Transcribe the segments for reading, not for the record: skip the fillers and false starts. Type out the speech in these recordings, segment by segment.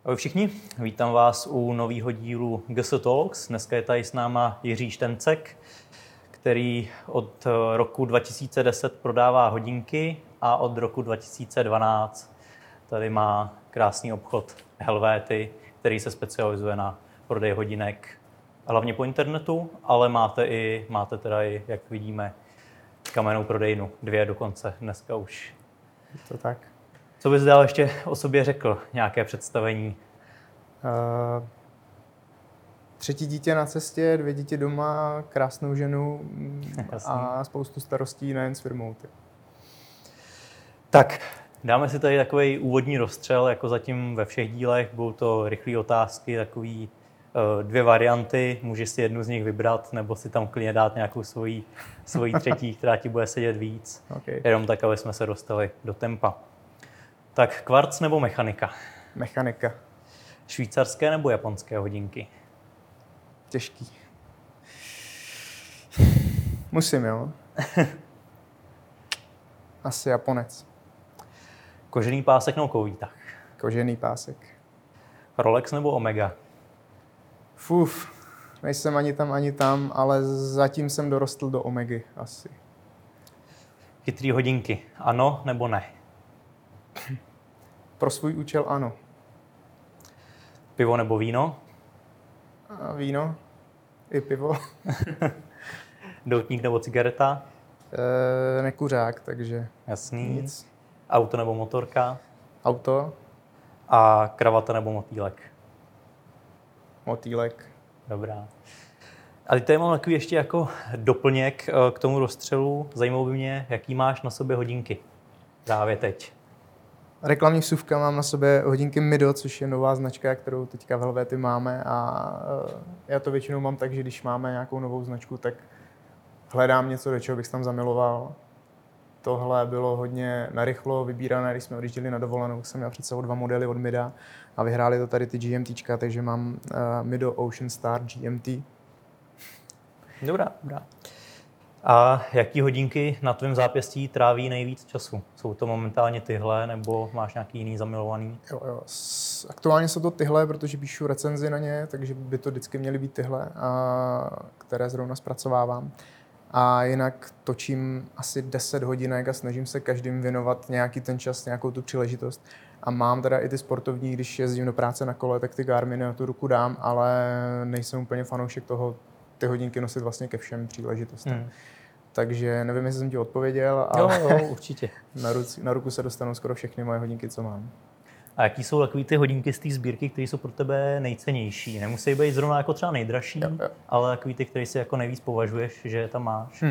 Ahoj všichni, vítám vás u nového dílu GS Talks. Dneska je tady s náma Jiří Štencek, který od roku 2010 prodává hodinky a od roku 2012 tady má krásný obchod Helvéty, který se specializuje na prodej hodinek hlavně po internetu, ale máte teda i, jak vidíme, kamennou prodejnu, 2 dokonce dneska už. Je to tak. Co bys dál ještě o sobě řekl? Nějaké představení? 3. dítě na cestě, 2 děti doma, krásnou ženu a spoustu starostí nejen s firmou. Tak, dáme si tady takový úvodní rozstřel, jako zatím ve všech dílech. Budou to rychlé otázky, takový 2 varianty. Můžeš si jednu z nich vybrat, nebo si tam klidně dát nějakou svoji třetí, která ti bude sedět víc. Okay. Jenom tak, aby jsme se dostali do tempa. Tak, kvarc nebo mechanika? Mechanika. Švýcarské nebo japonské hodinky? Těžký. Musím, jo. Asi Japonec. Kožený pásek nebo kovový tah? Kožený pásek. Rolex nebo Omega? Nejsem ani tam, ale zatím jsem dorostl do Omegy asi. Chytrý hodinky, ano nebo ne? Pro svůj účel ano. Pivo nebo víno? A víno i pivo. Doutník nebo cigareta? Nekuřák, takže Jasný. nic. Auto nebo motorka? Auto, A kravata nebo motýlek? motýlek. Dobrá. A teď tady mám takový ještě jako doplněk k tomu rozstřelu. Zajímalo by mě, jaký máš na sobě hodinky právě teď. Reklamní vsuvka, mám na sobě hodinky Mido, což je nová značka, kterou teďka v Helvéty máme a já to většinou mám tak, že když máme nějakou novou značku, tak hledám něco, do čeho bych se tam zamiloval. Tohle bylo hodně narychlo vybírané, když jsme odjížděli na dovolenou, jsem měl před sebou 2 modely od Mida a vyhráli to tady ty GMTčka, takže mám Mido Ocean Star GMT. Dobrá. A jaký hodinky na tvém zápěstí tráví nejvíc času? Jsou to momentálně tyhle, nebo máš nějaký jiný zamilovaný? Jo. Aktuálně jsou to tyhle, protože píšu recenzi na ně, takže by to vždycky měly být tyhle, které zrovna zpracovávám. A jinak točím asi 10 hodinek a snažím se každým věnovat nějaký ten čas, nějakou tu příležitost. A mám teda i ty sportovní, když jezdím do práce na kole, tak ty Garminy na tu ruku dám, ale nejsem úplně fanoušek toho, ty hodinky nosit vlastně ke všem příležitostem. Takže nevím, jestli jsem ti odpověděl, ale Jo, určitě. na ruku se dostanou skoro všechny moje hodinky, co mám. A jaký jsou takový ty hodinky z té sbírky, které jsou pro tebe nejcennější? Nemusí být zrovna jako třeba nejdražší, Jo. ale takový ty, které si jako nejvíc považuješ, že tam máš.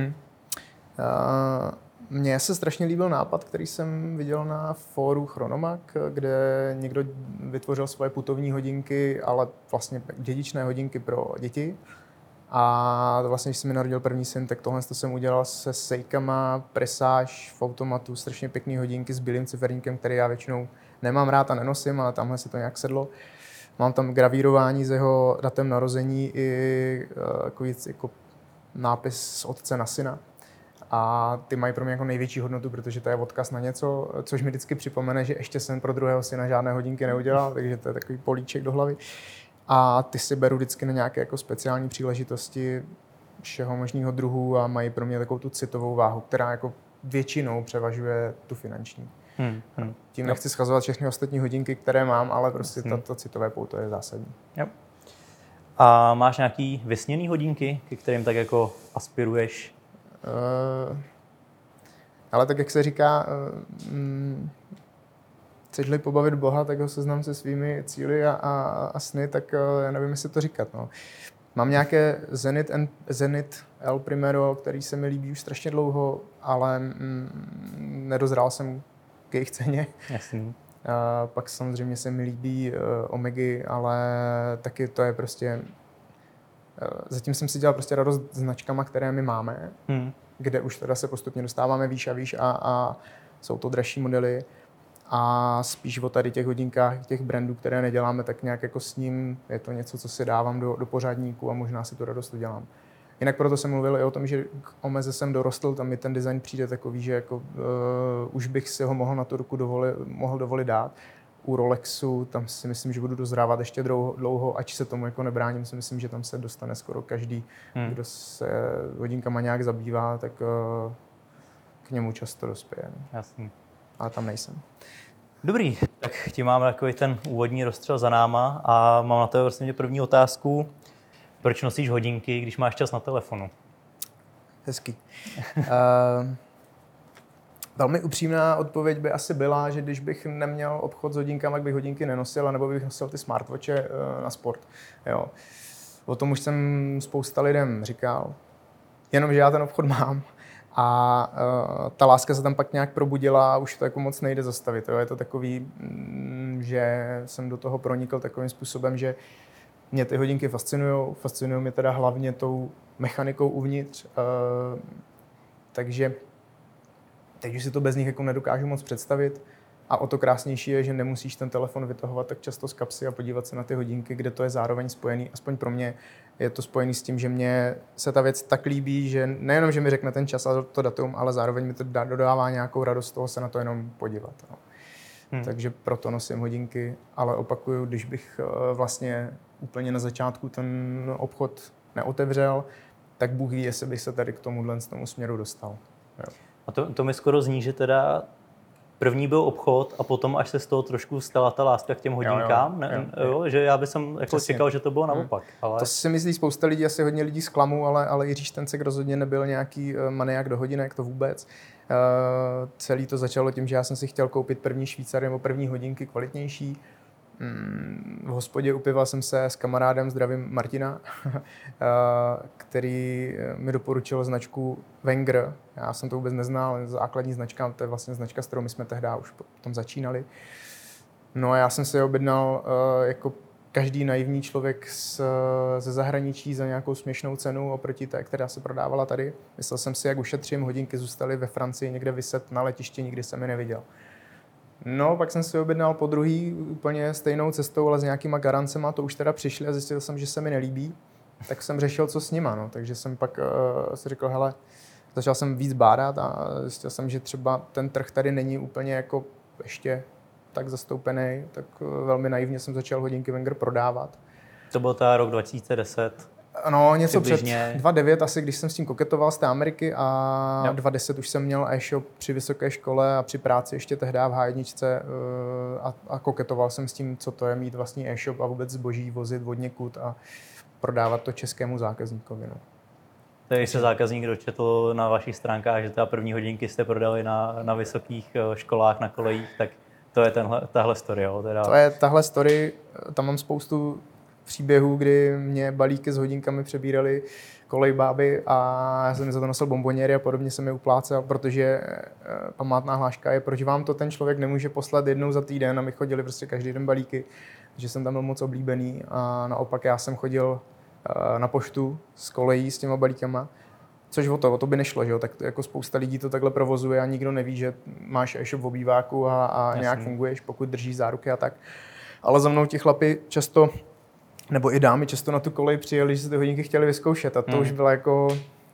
Mně se strašně líbil nápad, který jsem viděl na fóru Chronomak, kde někdo vytvořil svoje putovní hodinky, ale vlastně dědičné hodinky pro děti. A vlastně, když se mi narodil první syn, tak tohle jsem udělal se Seikama, Presage v automatu, strašně pěkný hodinky s bílým ciferníkem, který já většinou nemám rád a nenosím, ale tamhle se to nějak sedlo. Mám tam gravírování s jeho datem narození i jako nápis z otce na syna. A ty mají pro mě jako největší hodnotu, protože to je odkaz na něco, což mi vždycky připomene, že ještě jsem pro druhého syna žádné hodinky neudělal, takže to je takový políček do hlavy. A ty si beru vždycky na nějaké jako speciální příležitosti všeho možného druhu a mají pro mě takovou tu citovou váhu, která jako většinou převažuje tu finanční. Tím nechci schazovat všechny ostatní hodinky, které mám, ale prostě to citové pouto je zásadní. Jo. A máš nějaký vysněný hodinky, ke kterým tak jako aspiruješ? Ale tak, jak se říká, chceš-li pobavit Boha, tak ho seznam se svými cíli a sny, tak já nevím, jestli to říkat. No. Mám nějaké Zenit El Primero, který se mi líbí už strašně dlouho, ale nedozrál jsem k jejich ceně. Jasný. Pak samozřejmě se mi líbí Omegy, ale taky to je prostě... Zatím jsem si dělal prostě radost značkama, které my máme, kde už teda se postupně dostáváme výš a výš a jsou to dražší modely. A spíš o tady těch hodinkách, těch brandů, které neděláme, tak nějak jako s ním je to něco, co si dávám do pořádníku a možná si tu radost udělám. Jinak proto jsem mluvil i o tom, že k Omeze jsem dorostl, tam mi ten design přijde takový, že jako, už bych si ho mohl na tu ruku mohl dovolit dát. U Rolexu, tam si myslím, že budu dozrávat ještě dlouho, ač se tomu jako nebráním, si myslím, že tam se dostane skoro každý, kdo se hodinkama nějak zabývá, tak k němu často dospěje. Jasný. Ale tam nejsem. Dobrý, tak tím máme takový ten úvodní rozstřel za náma a mám na tebe vlastně první otázku. Proč nosíš hodinky, když máš čas na telefonu? Hezký. Velmi upřímná odpověď by asi byla, že když bych neměl obchod s hodinkami, tak bych hodinky nenosil, nebo bych nosil ty smartwatche na sport. Jo. O tom už jsem spousta lidem říkal. Jenomže já ten obchod mám a ta láska se tam pak nějak probudila a už to jako moc nejde zastavit. Jo. Je to takový, že jsem do toho pronikl takovým způsobem, že mě ty hodinky fascinují mě teda hlavně tou mechanikou uvnitř, takže teď už si to bez nich jako nedokážu moc představit. A o to krásnější je, že nemusíš ten telefon vytahovat tak často z kapsy a podívat se na ty hodinky, kde to je zároveň spojený. Aspoň pro mě je to spojený s tím, že mě se ta věc tak líbí, že nejenom, že mi řekne ten čas a to datum, ale zároveň mi to dodává nějakou radost z toho se na to jenom podívat. No. Takže proto nosím hodinky, ale opakuju, když bych vlastně úplně na začátku ten obchod neotevřel, tak Bůh ví, jestli bych se tady k tomu směru dostal. Jo. A to mi skoro zní, že teda první byl obchod a potom až se z toho trošku stala ta láska k těm hodinkám, jo. Že já bych jako čekal, že to bylo naopak. Ale... To si myslí spousta lidí, asi hodně lidí zklamu, ale Jiří Štencek rozhodně nebyl nějaký maniak do hodinek, to vůbec. Celý to začalo tím, že já jsem si chtěl koupit první švýcary nebo první hodinky kvalitnější. V hospodě u piva jsem se s kamarádem, zdravím Martina, který mi doporučil značku Wenger. Já jsem to vůbec neznal, základní značka, to je vlastně značka, s kterou my jsme tehdy už potom začínali. No a já jsem si je objednal jako každý naivní člověk ze zahraničí za nějakou směšnou cenu oproti té, která se prodávala tady. Myslel jsem si, jak ušetřím, hodinky zůstaly ve Francii někde viset na letišti, nikdy jsem je neviděl. No, pak jsem si objednal po druhý úplně stejnou cestou, ale s nějakýma garancema, to už teda přišli a zjistil jsem, že se mi nelíbí, tak jsem řešil, co s nima, no. Takže jsem pak si řekl, hele, začal jsem víc bádat a zjistil jsem, že třeba ten trh tady není úplně jako ještě tak zastoupený, tak velmi naivně jsem začal hodinky Wenger prodávat. To byl ta rok 2010. No, něco přibližně. Před 2009 asi, když jsem s tím koketoval z té Ameriky a 2010 už jsem měl e-shop při vysoké škole a při práci ještě tehdy v H1 a koketoval jsem s tím, co to je mít vlastní e-shop a vůbec zboží vozit od někud a prodávat to českému zákazníkovi. No. Když se zákazník dočetl na vašich stránkách, že ta první hodinky jste prodali na vysokých školách, na kolejích, tak to je tahle story, jo? Teda... To je tahle story, tam mám spoustu příběhů, kdy mě balíky s hodinkami přebírali kolejbáby a já jsem za to nosil bomboněry a podobně jsem je uplácel, protože památná hláška je, proč vám to ten člověk nemůže poslat jednou za týden a my chodili prostě každý den balíky, takže jsem tam byl moc oblíbený a naopak já jsem chodil na poštu z kolejí s těma balíkama, což o to by nešlo, že jo? Tak to jako spousta lidí to takhle provozuje a nikdo neví, že máš e-shop v obýváku a nějak funguješ, pokud držíš záruky a tak. Ale za mnou ti chlapi často nebo i dámy často na tu kolej přijeli, že si ty hodinky chtěli vyzkoušet a to už byla jako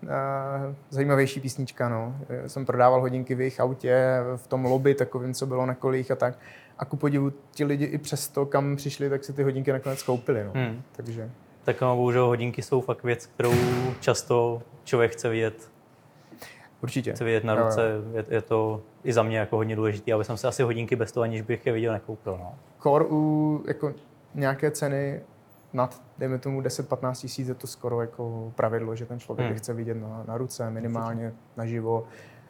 zajímavější písnička. No. Jsem prodával hodinky v jejich autě, v tom lobby takovým, co bylo na kolejích a tak. A ku podivu ti lidi i přesto, kam přišli, tak si ty hodinky nakonec koupili. No. Takže. Tak bohužel hodinky jsou fakt věc, kterou často člověk chce vidět. Určitě. Chce vidět na ruce, je to i za mě jako hodně důležité, aby jsem si asi hodinky bez toho, aniž bych je viděl, nekoupil. No. Kor u jako nějaké ceny nad, dejme tomu 10-15 tisíc, je to skoro jako pravidlo, že ten člověk chce vidět na ruce, minimálně naživo.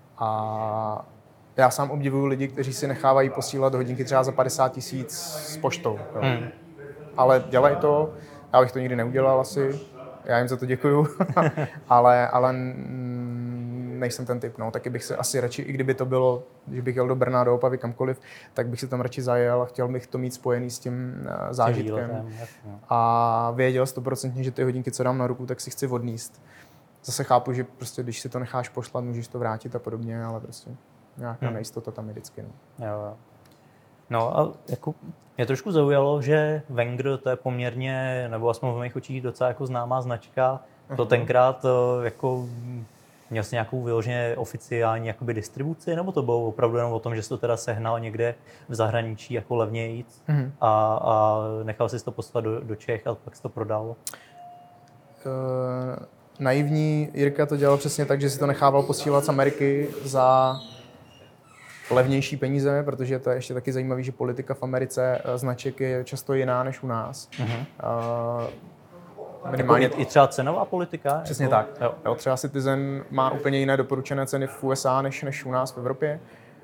A já sám obdivuju lidi, kteří si nechávají posílat hodinky třeba za 50 tisíc s poštou. Ale dělají to, já bych to nikdy neudělal asi, já jim za to děkuju, ale nejsem ten typ, no. Taky bych se asi radši, i kdyby to bylo, že bych jel do Brna, do Opavy, kamkoliv, tak bych se tam radši zajel a chtěl bych to mít spojený s tím zážitkem. A věděl 100%, že ty hodinky, co dám na ruku, tak si chci odníst. Zase chápu, že prostě, když si to necháš pošlat, můžeš to vrátit a podobně, ale prostě nějaká nejistota tam je vždycky. No. Jo. No a jako mě trošku zaujalo, že Wenger to je poměrně, nebo aspoň v mých očích docela jako známá značka. To tenkrát jako Měl jsi nějakou vyloženě oficiální jakoby distribuci, nebo to bylo opravdu jenom o tom, že jsi to teda sehnal někde v zahraničí jako levnějíc a nechal jsi to poslat do Čech a pak jsi to prodal? Naivní Jirka to dělal přesně tak, že si to nechával posílat z Ameriky za levnější peníze, protože to je ještě taky zajímavé, že politika v Americe značek je často jiná než u nás. Minimálně i třeba cenová politika? Přesně jako, tak. Jo, třeba Citizen má úplně jiné doporučené ceny v USA než u nás v Evropě.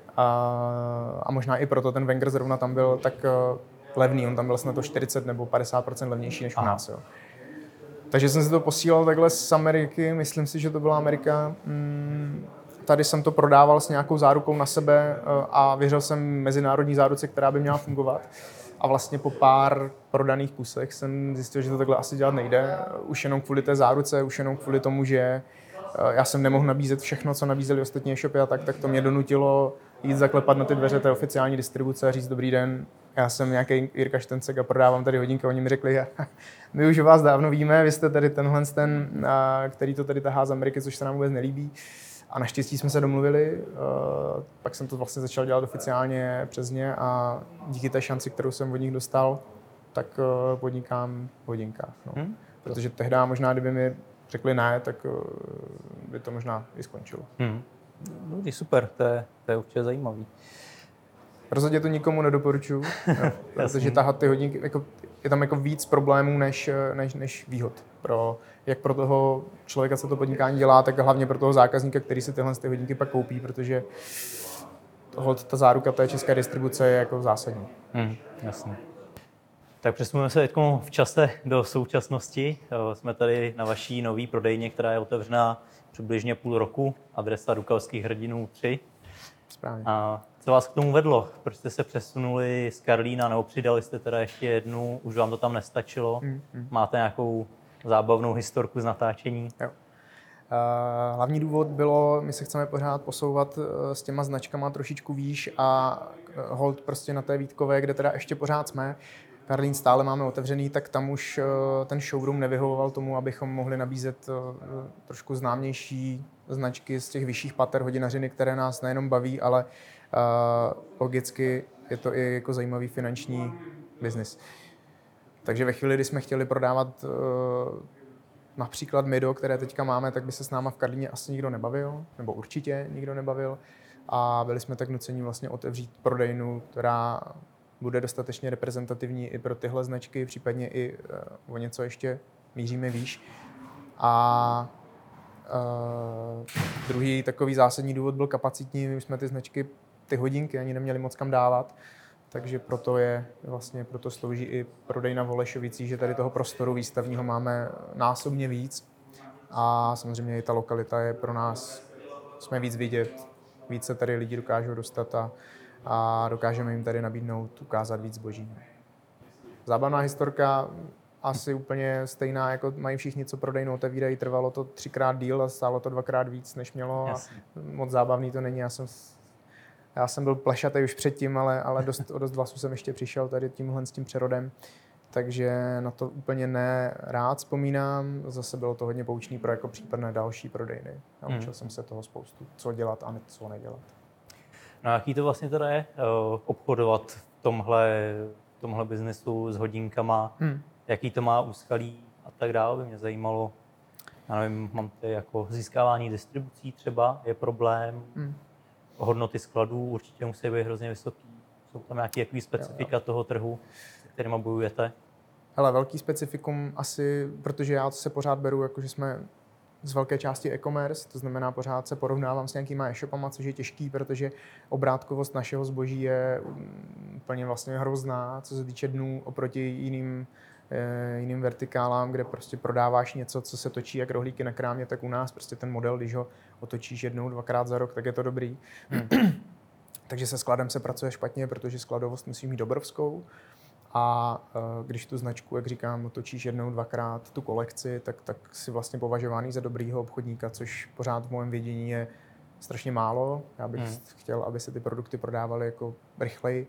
A možná i proto ten Wenger zrovna tam byl tak levný. On tam byl snad to 40 nebo 50% levnější než u nás. Jo. Takže jsem si to posílal takhle z Ameriky, myslím si, že to byla Amerika. Tady jsem to prodával s nějakou zárukou na sebe a věřil jsem mezinárodní záruce, která by měla fungovat. A vlastně po pár prodaných kusech jsem zjistil, že to takhle asi dělat nejde. Už jenom kvůli té záruce, už jenom kvůli tomu, že já jsem nemohl nabízet všechno, co nabízeli ostatní e-shopy a tak to mě donutilo jít zaklepat na ty dveře té oficiální distribuce a říct dobrý den, já jsem nějaký Jirka Štencek a prodávám tady hodinky. Oni mi řekli, my už o vás dávno víme, vy jste tady tenhle, který to tady tahá z Ameriky, což se nám vůbec nelíbí. A naštěstí jsme se domluvili, pak jsem to vlastně začal dělat oficiálně přes ně a díky té šanci, kterou jsem od nich dostal, tak podnikám v hodinkách. No. Protože tehdy možná, kdyby mi řekli ne, tak by to možná i skončilo. No, super, to je určitě zajímavý. Rozhodně to nikomu nedoporučuju, protože tahat ty hodinky, je tam jako víc problémů než výhod. Jak pro toho člověka, co to podnikání dělá, tak hlavně pro toho zákazníka, který si tyhle hodinky pak koupí, protože ta záruka té české distribuce je jako zásadní. Jasně. Tak přesuneme se teď v čase do současnosti. Jsme tady na vaší nový prodejně, která je otevřená přibližně půl roku, adresa Dukavských hrdinů 3. Správně. A co vás k tomu vedlo? Proč jste se přesunuli z Karlína, nebo přidali jste teda ještě jednu, už vám to tam nestačilo? Máte nějakou zábavnou historku z natáčení? Jo. Hlavní důvod bylo, my se chceme pořád posouvat s těma značkama trošičku výš a hold prostě na té Vítkové, kde teda ještě pořád jsme. Karlín stále máme otevřený, tak tam už ten showroom nevyhovoval tomu, abychom mohli nabízet trošku známější značky z těch vyšších pater hodinařiny, které nás nejenom baví, ale logicky je to i jako zajímavý finanční biznis. Takže ve chvíli, kdy jsme chtěli prodávat například Mido, které teďka máme, tak by se s náma v Karlíně asi nikdo nebavil, nebo určitě nikdo nebavil. A byli jsme tak nuceni vlastně otevřít prodejnu, která bude dostatečně reprezentativní i pro tyhle značky, případně i o něco ještě míříme výš. A druhý takový zásadní důvod byl kapacitní. My jsme ty značky, ty hodinky ani neměli moc kam dávat, takže proto slouží i prodejna v Holešovicích, že tady toho prostoru výstavního máme násobně víc. A samozřejmě i ta lokalita je pro nás, jsme víc vidět, víc se tady lidi dokážou dostat a dokážeme jim tady nabídnout, ukázat víc zboží. Zábavná historka, asi úplně stejná, jako mají všichni, co prodejnu otevírají. Trvalo to 3x díl a stálo to 2x víc, než mělo. A moc zábavný to není. Já jsem byl plešatý už předtím, ale o dost vlasů jsem ještě přišel tady s tím přerodem. Takže na to úplně rád vzpomínám. Zase bylo to hodně poučný pro jako případné další prodejny. Naučil jsem se toho spoustu, co dělat a co nedělat. No jaký to vlastně teda je obchodovat v tomhle biznesu s hodinkama? Jaký to má úskalí a tak dále, by mě zajímalo. Já nevím, mám tady jako získávání distribucí třeba, je problém. Hodnoty skladů určitě musí být hrozně vysoký. Jsou tam nějaké specifika toho trhu, se kterýma bojujete? Hele, velký specifikum asi, protože já se pořád beru, jakože jsme z velké části e-commerce, to znamená pořád se porovnávám s nějakýma e-shopama, což je těžký, protože obrátkovost našeho zboží je úplně vlastně hrozná, co se týče dnů oproti jiným vertikálám, kde prostě prodáváš něco, co se točí jak rohlíky na krámě, tak u nás prostě ten model, když ho otočíš jednou, dvakrát za rok, tak je to dobrý. Takže se skladem se pracuje špatně, protože skladovost musí mít obrovskou. A když tu značku, jak říkám, točíš jednou, dvakrát tu kolekci, tak si vlastně považovaný za dobrýho obchodníka, což pořád v mém vědění je strašně málo. Já bych chtěl, aby se ty produkty prodávaly jako rychleji.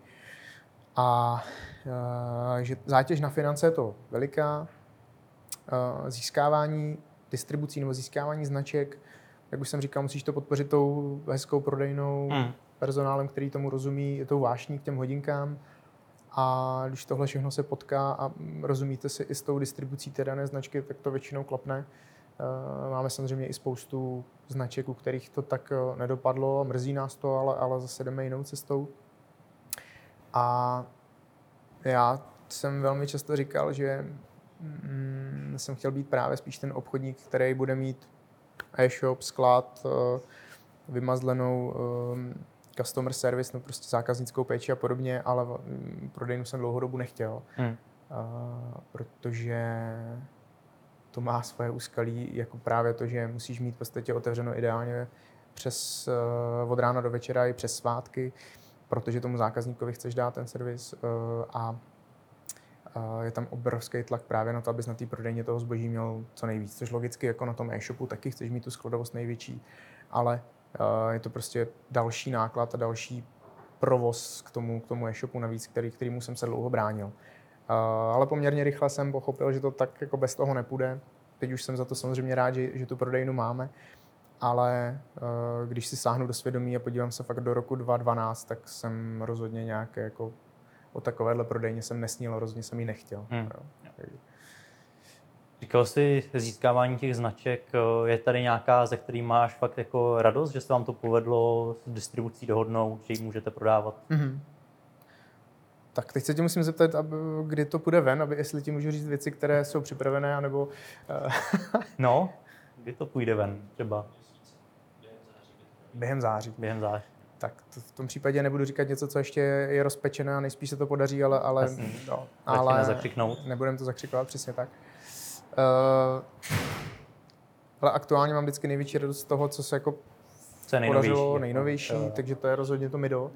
A že zátěž na finance je to veliká. Získávání distribucí nebo získávání značek jak už jsem říkal, musíš to podpořit tou hezkou prodejnou, personálem, který tomu rozumí, tou vášní k těm hodinkám. A když tohle všechno se potká a rozumíte si i s tou distribucí té dané značky, tak to většinou klapne. Máme samozřejmě i spoustu značek, u kterých to tak nedopadlo, mrzí nás to, ale zase jdeme jinou cestou. A já jsem velmi často říkal, že jsem chtěl být právě spíš ten obchodník, který bude mít e-shop, sklad, vymazlenou customer service, no prostě zákaznickou péči a podobně, ale prodejnu jsem dlouhou dobu nechtěl, protože to má svoje úskalí, jako právě to, že musíš mít v podstatě otevřeno ideálně od rána do večera i přes svátky, protože tomu zákazníkovi chceš dát ten servis a je tam obrovský tlak právě na to, abys na té prodejně toho zboží měl co nejvíc, což logicky jako na tom e-shopu taky chceš mít tu skladovost největší, ale je to prostě další náklad a další provoz k tomu e-shopu navíc, kterýmu jsem se dlouho bránil. Ale poměrně rychle jsem pochopil, že to tak jako bez toho nepůjde. Teď už jsem za to samozřejmě rád, že tu prodejnu máme, ale když si sáhnu do svědomí a podívám se fakt do roku 2012, tak jsem rozhodně nějaké jako o takovéhle prodejně jsem nesnil, rozhodně jsem ji nechtěl. Říkal jsi získávání těch značek, je tady nějaká, ze který máš fakt jako radost, že se vám to povedlo s distribucí dohodnout, že ji můžete prodávat? Tak teď se tě musím zeptat, kdy to půjde ven, jestli ti můžu říct věci, které jsou připravené, anebo... No, kdy to půjde ven třeba? Během září. Během září. Tak v tom případě nebudu říkat něco, co ještě je rozpečené a nejspíš se to podaří, ale nezakřiknout. Nebudem to zakřikovat, přesně tak. Ale aktuálně mám vždycky největší radost z toho, co se jako podařilo nejnovější, takže to je rozhodně to Mido.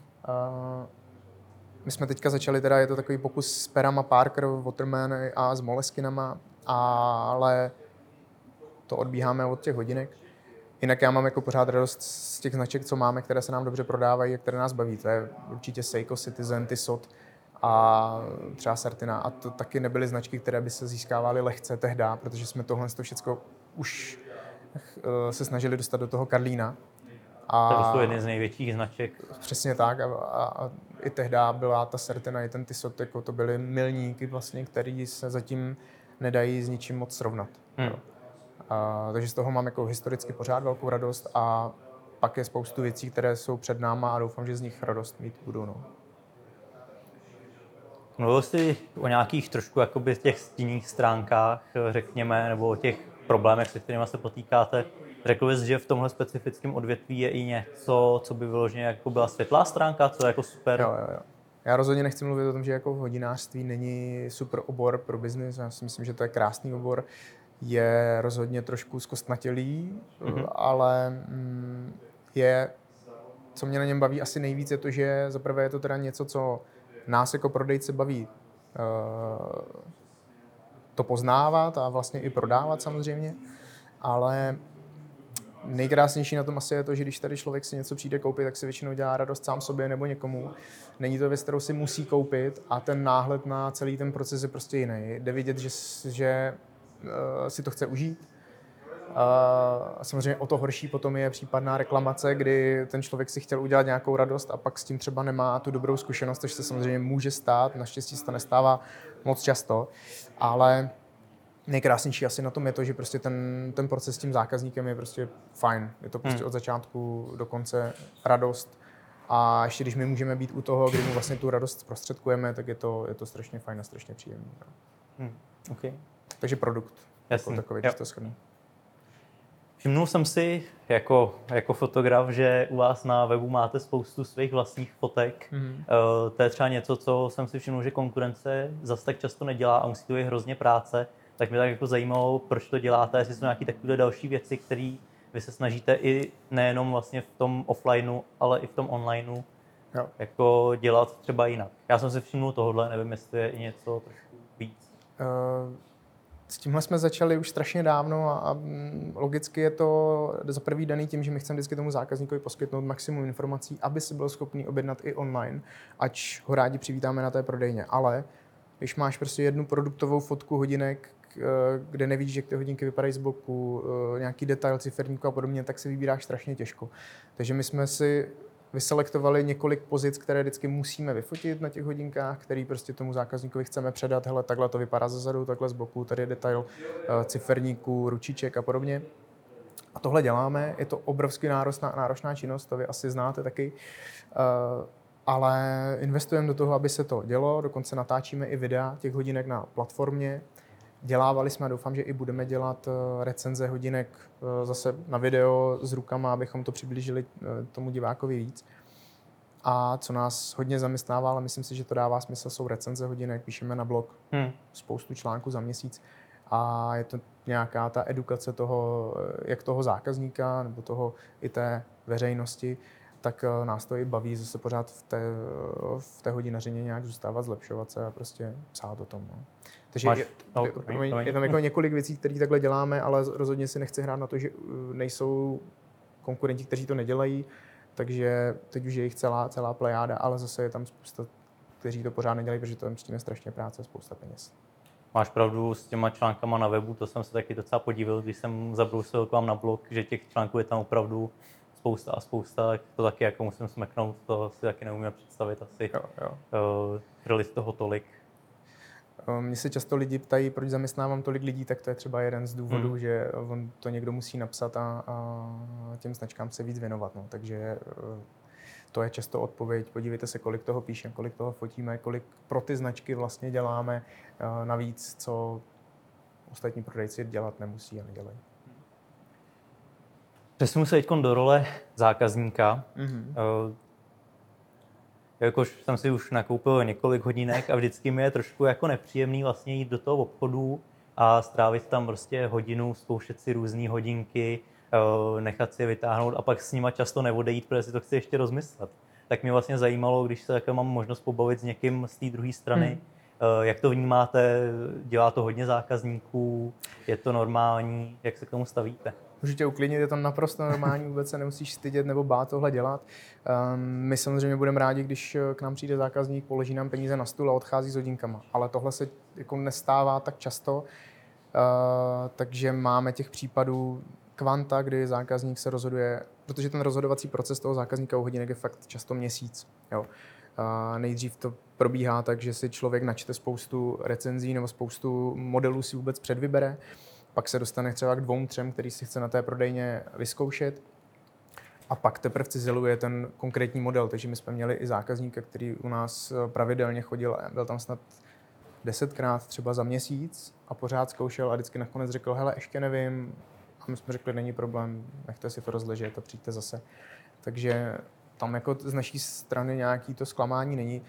My jsme teďka začali, je to takový pokus s perama Parker, Waterman a s Moleskinama, ale to odbíháme od těch hodinek. Jinak já mám jako pořád radost z těch značek, co máme, které se nám dobře prodávají a které nás baví. To je určitě Seiko, Citizen, Tissot a třeba Certina. A to taky nebyly značky, které by se získávaly lehce tehdy, protože jsme tohle všechno už se snažili dostat do toho Karlína. To jsou jedny z největších značek. Přesně tak. A i tehdy byla ta Certina, i ten Tissot, jako to byly milníky, vlastně, které se zatím nedají s ničím moc srovnat. Takže z toho mám jako historicky pořád velkou radost a pak je spoustu věcí, které jsou před náma a doufám, že z nich radost mít budu. No. Mluvil jsi o nějakých trošku jakoby těch stinných stránkách, řekněme, nebo o těch problémech, se kterými se potýkáte. Řekl bys, že v tomhle specifickém odvětví je i něco, co by vyloženě jako byla světlá stránka, co je jako super? Jo. Já rozhodně nechci mluvit o tom, že jako hodinářství není super obor pro biznis. Já si myslím, že to je krásný obor. Je rozhodně trošku zkostnatělý, ale co mě na něm baví asi nejvíc, je to, že zaprvé je to teda něco, co nás jako prodejce baví to poznávat a vlastně i prodávat samozřejmě, ale nejkrásnější na tom asi je to, že když tady člověk si něco přijde koupit, tak si většinou dělá radost sám sobě nebo někomu. Není to věc, kterou si musí koupit a ten náhled na celý ten proces je prostě jiný. Jde vidět, že si to chce užít. Samozřejmě o to horší potom je případná reklamace, kdy ten člověk si chtěl udělat nějakou radost a pak s tím třeba nemá tu dobrou zkušenost, což se samozřejmě může stát, naštěstí se to nestává moc často, ale nejkrásnější asi na tom je to, že prostě ten proces s tím zákazníkem je prostě fajn. Je to prostě od začátku do konce radost a ještě když my můžeme být u toho, kdy mu vlastně tu radost zprostředkujeme, tak je to strašně fajn a strašně příjemné. Okay. Takže produkt. Jasný. Jako takový, když to shrnu. Všimnul jsem si jako fotograf, že u vás na webu máte spoustu svých vlastních fotek. To je třeba něco, co jsem si všiml, že konkurence zase tak často nedělá a musí to být hrozně práce. Tak mě tak jako zajímalo, proč to děláte, jestli jsou nějaké takové další věci, které vy se snažíte i nejenom vlastně v tom offlineu, ale i v tom onlineu jako dělat třeba jinak. Já jsem si všiml tohohle, nevím, jestli je i něco trošku víc. S tímhle jsme začali už strašně dávno a logicky je to za prvý daný tím, že my chceme vždycky tomu zákazníkovi poskytnout maximum informací, aby si byl schopný objednat i online, ať ho rádi přivítáme na té prodejně. Ale když máš prostě jednu produktovou fotku hodinek, kde nevidíš, jak ty hodinky vypadají z boku, nějaký detail ciferníku a podobně, tak si vybíráš strašně těžko. Takže my jsme si vyselektovali několik pozic, které vždycky musíme vyfotit na těch hodinkách, který prostě tomu zákazníkovi chceme předat. Hele, takhle to vypadá zezadu, takhle z boku, tady je detail ciferníků, ručiček a podobně. A tohle děláme, je to obrovsky náročná činnost, to vy asi znáte taky, ale investujeme do toho, aby se to dělo, dokonce natáčíme i videa těch hodinek na platformě. Dělávali jsme a doufám, že i budeme dělat recenze hodinek zase na video s rukama, abychom to přiblížili tomu divákovi víc. A co nás hodně zaměstnává, ale myslím si, že to dává smysl, jsou recenze hodinek, píšeme na blog spoustu článků za měsíc a je to nějaká ta edukace toho, jak toho zákazníka nebo toho i té veřejnosti, tak nás to i baví zase pořád v té hodinařině nějak zůstávat, zlepšovat se a prostě psát o tom. No. Takže je tam jako několik věcí, které takhle děláme, ale rozhodně si nechci hrát na to, že nejsou konkurenti, kteří to nedělají, takže teď už je jich celá plejáda, ale zase je tam spousta, kteří to pořád nedělají, protože to je s tím strašně práce, spousta peněz. Máš pravdu s těma článkama na webu, to jsem se taky docela podíval, když jsem zabrousil k vám na blog, že těch článků je tam opravdu spousta, tak to taky jako musím smeknout, to si taky neumíme představit asi. Byli z toho tolik. Mně se často lidi ptají, proč zaměstnávám tolik lidí, tak to je třeba jeden z důvodů, že on to někdo musí napsat a těm značkám se víc věnovat. No. Takže to je často odpověď. Podívejte se, kolik toho píšeme, kolik toho fotíme, kolik pro ty značky vlastně děláme navíc, co ostatní prodejci dělat nemusí a nedělají. Přesunu se teď do role zákazníka. Jakož jsem si už nakoupil několik hodinek a vždycky mi je trošku jako nepříjemný vlastně jít do toho obchodu a strávit tam prostě hodinu, zkoušet si různé hodinky, nechat si je vytáhnout a pak s nima často neodejít, protože si to chci ještě rozmyslet. Tak mě vlastně zajímalo, když se také mám možnost pobavit s někým z té druhé strany, jak to vnímáte, dělá to hodně zákazníků, je to normální, jak se k tomu stavíte? Můžu tě uklidnit, je to naprosto normální, vůbec se nemusíš stydět nebo bát tohle dělat. My samozřejmě budeme rádi, když k nám přijde zákazník, položí nám peníze na stůl a odchází s hodinkama. Ale tohle se jako nestává tak často, takže máme těch případů kvanta, kdy zákazník se rozhoduje, protože ten rozhodovací proces toho zákazníka u hodinek je fakt často měsíc. Jo. Nejdřív to probíhá tak, že si člověk načte spoustu recenzí nebo spoustu modelů si vůbec předvybere. Pak se dostane třeba k 2-3, který si chce na té prodejně vyzkoušet. A pak teprve cizeluje ten konkrétní model. Takže my jsme měli i zákazníka, který u nás pravidelně chodil, byl tam snad 10krát třeba za měsíc a pořád zkoušel a vždycky nakonec řekl, hele, ještě nevím. A my jsme řekli, není problém, nechte si to rozležet a přijďte zase. Takže tam jako z naší strany nějaký to zklamání není.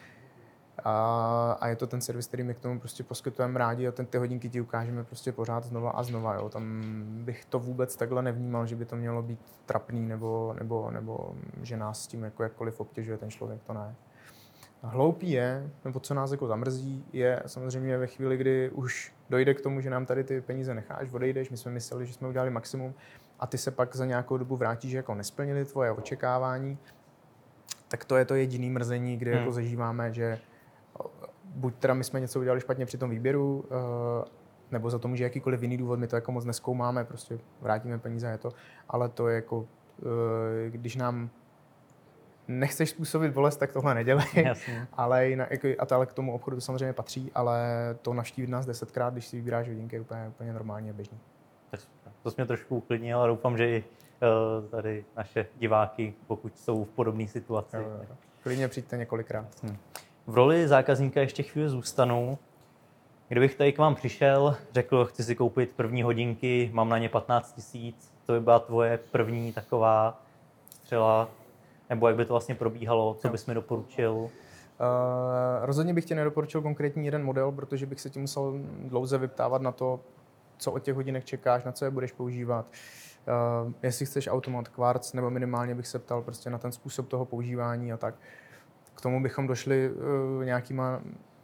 A je to ten servis, který my k tomu prostě poskytujeme rádi a ty hodinky ti ukážeme prostě pořád znova a znova. Jo. Tam bych to vůbec takhle nevnímal, že by to mělo být trapný nebo že nás s tím jako jakkoliv obtěžuje ten člověk, to ne. Hloupý je, nebo co nás jako zamrzí, je samozřejmě ve chvíli, kdy už dojde k tomu, že nám tady ty peníze necháš, odejdeš, my jsme mysleli, že jsme udělali maximum a ty se pak za nějakou dobu vrátíš, že jako nesplnili tvoje očekávání, tak to je to jediné mrzení, kdy jako zažíváme, že buď teda my jsme něco udělali špatně při tom výběru, nebo za to může jakýkoliv jiný důvod, my to jako moc nezkoumáme, prostě vrátíme peníze a je to, ale to je jako, když nám nechceš způsobit bolest, tak tohle nedělej, ale ale k tomu obchodu to samozřejmě patří, ale to navštívit nás 10krát, když si vybíráš hodinky, je úplně normální a běžný. To jsi mě trošku uklidnil a doufám, že i tady naše diváky, pokud jsou v podobné situaci. Klidně přijďte několikrát. V roli zákazníka ještě chvíli zůstanu. Kdybych tady k vám přišel, řekl, chci si koupit první hodinky, mám na ně 15 000, to by byla tvoje první taková střela, nebo jak by to vlastně probíhalo, co bys mi doporučil? Rozhodně bych tě nedoporučil konkrétní jeden model, protože bych se ti musel dlouze vyptávat na to, co od těch hodinek čekáš, na co je budeš používat. Jestli chceš automat, kvarc, nebo minimálně bych se ptal prostě na ten způsob toho používání a tak. K tomu bychom došli nějakýma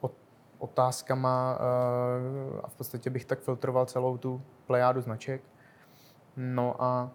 otázkama a v podstatě bych tak filtroval celou tu plejádu značek. No a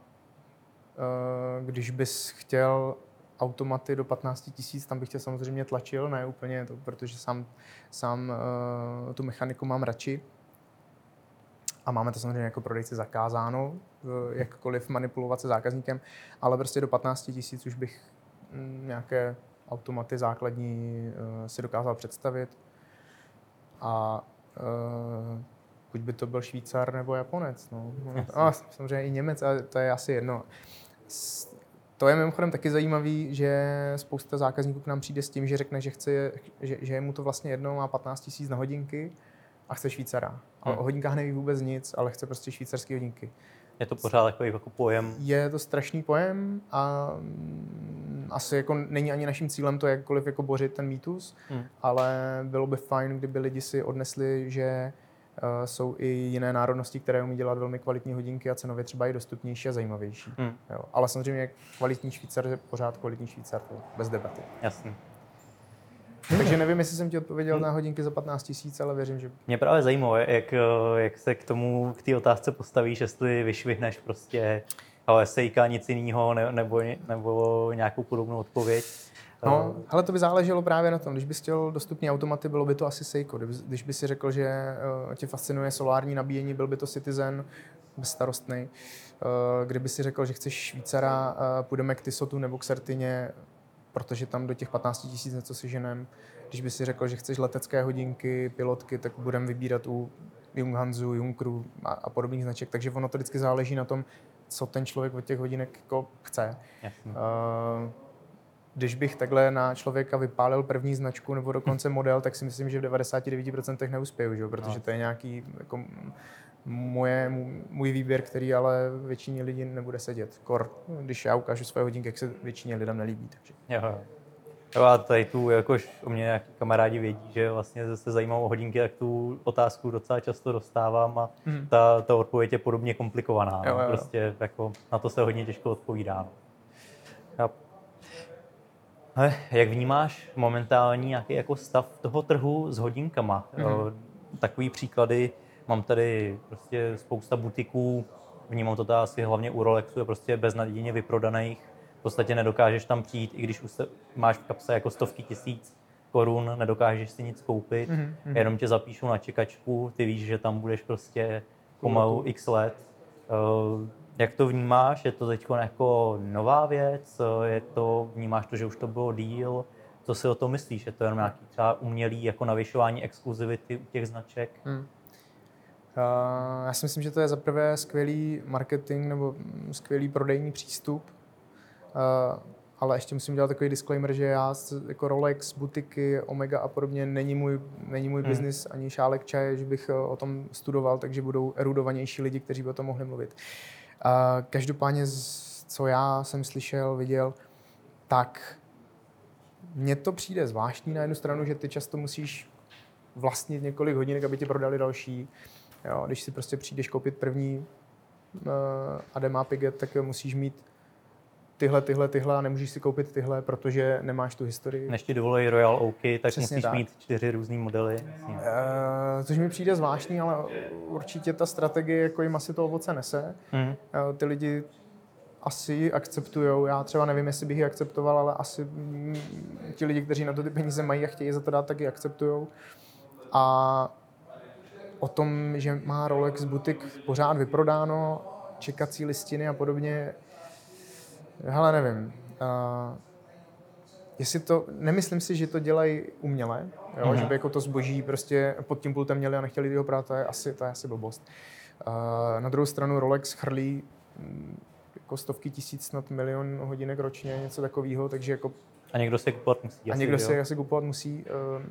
když bys chtěl automaty do 15 000, tam bych tě samozřejmě tlačil, ne úplně, protože sám tu mechaniku mám radši. A máme to samozřejmě jako prodejci zakázáno, jakkoliv manipulovat se zákazníkem, ale prostě do 15 000 už bych nějaké automaty základní si dokázal představit. A buď by to byl Švýcar nebo Japonec. No. A samozřejmě i Němec, ale to je asi jedno. To je mimochodem taky zajímavý, že spousta zákazníků k nám přijde s tím, že řekne, že je mu to vlastně jedno, má 15 000 na hodinky a chce Švýcara. Ale o hodinkách neví vůbec nic, ale chce prostě švýcarské hodinky. Je to pořád takový jako pojem? Je to strašný pojem a asi jako není ani naším cílem to jakkoliv jako bořit ten mýtus, ale bylo by fajn, kdyby lidi si odnesli, že jsou i jiné národnosti, které umí dělat velmi kvalitní hodinky a cenově třeba i dostupnější a zajímavější. Jo. Ale samozřejmě kvalitní Švýcar je pořád kvalitní Švýcar, to bez debaty. Jasně. Takže nevím, jestli jsem ti odpověděl na hodinky za 15 000, ale věřím, že... Mě právě zajímalo, jak se k té otázce postavíš, jestli vyšvihneš prostě Seika, nic jiného, nebo nějakou podobnou odpověď. No, ale to by záleželo právě na tom. Když bys chtěl dostupný automaty, bylo by to asi Seiko. Když by si řekl, že tě fascinuje solární nabíjení, byl by to Citizen, bezstarostný. Kdyby si řekl, že chceš Švýcara, půjdeme k Tissotu nebo k Certině, protože tam do těch 15 000 něco si ženem. Když by si řekl, že chceš letecké hodinky, pilotky, tak budeme vybírat u Junghansu, Junkru a podobných značek. Takže ono to vždycky záleží na tom, co ten člověk od těch hodinek jako chce. Když bych takhle na člověka vypálil první značku nebo dokonce model, tak si myslím, že v 99% neuspěju, že? Protože to je nějaký jako můj výběr, který ale většině lidí nebude sedět. Když já ukážu svoje hodinky, jak se většině lidem nelíbí. Takže. Jo, a tady tu, jakož o mě nějaký kamarádi vědí, že vlastně se zajímavou hodinky, tak tu otázku docela často dostávám a ta odpověď je podobně komplikovaná. Jo. Prostě jako na to se hodně těžko odpovídá. Jak vnímáš momentální nějaký jako stav toho trhu s hodinkama? Takový příklady, mám tady prostě spousta butiků, vnímám to asi hlavně u Rolexu, je prostě beznadějně vyprodaných. V podstatě nedokážeš tam přijít, i když už máš v kapse jako stovky tisíc korun, nedokážeš si nic koupit, jenom tě zapíšou na čekačku, ty víš, že tam budeš prostě pomalu x let. Jak to vnímáš? Je to teď jako nová věc? Vnímáš to, že už to bylo díl? Co si o tom myslíš? Je to jenom nějaký třeba umělý jako navyšování exkluzivity u těch značek? Já si myslím, že to je zaprvé skvělý marketing nebo skvělý prodejní přístup. Ale ještě musím dělat takový disclaimer, že já jako Rolex, butiky, Omega a podobně není můj biznis ani šálek čaje, že bych o tom studoval, takže budou erudovanější lidi, kteří by o tom mohli mluvit. Každopádně, co já jsem slyšel, viděl, tak mně to přijde zvláštní na jednu stranu, že ty často musíš vlastnit několik hodinek, aby ti prodali další. Jo, když si prostě přijdeš koupit první Adema Piguet, tak musíš mít tyhle a nemůžeš si koupit tyhle, protože nemáš tu historii. Než ti dovolí Royal Oaky, tak Přesně musíš tak. mít 4 různý modely. Což mi přijde zvláštní, ale určitě ta strategie jako jim asi to ovoce nese. Ty lidi asi ji akceptujou. Já třeba nevím, jestli bych ji akceptoval, ale asi ti lidi, kteří na to ty peníze mají a chtějí za to dát, tak ji akceptujou. A o tom, že má Rolex butik pořád vyprodáno, čekací listiny a podobně, hele, nevím. Nemyslím si, že to dělají uměle, jo? Že by jako to zboží prostě pod tím pultem měli a nechtěli ho brát, to je asi blbost. Na druhou stranu Rolex chrlí jako stovky tisíc, snad milion hodinek ročně, něco takového, takže jako... A někdo si je kupovat musí. Někdo si asi kupovat musí.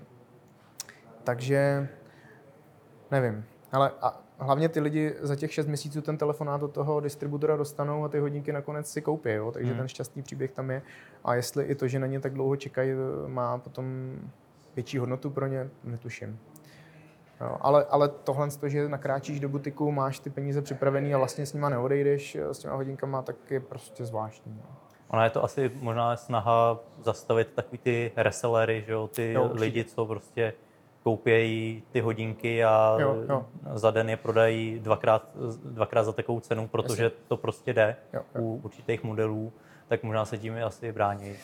Takže nevím. Ale hlavně ty lidi za těch 6 měsíců ten telefonát od toho distributora dostanou a ty hodinky nakonec si koupí, jo? Takže ten šťastný příběh tam je. A jestli i to, že na ně tak dlouho čekají, má potom větší hodnotu pro ně, netuším. Jo, ale tohle, že nakráčíš do butiku, máš ty peníze připravený a vlastně s nima neodejdeš s těma hodinkama, tak je prostě zvláštní. Jo. Ona je to asi možná snaha zastavit takový ty resellery, že jo? Ty lidi, co prostě koupějí ty hodinky a za den je prodají dvakrát za takovou cenu, protože to prostě jde u určitých modelů, tak možná se tím asi brání.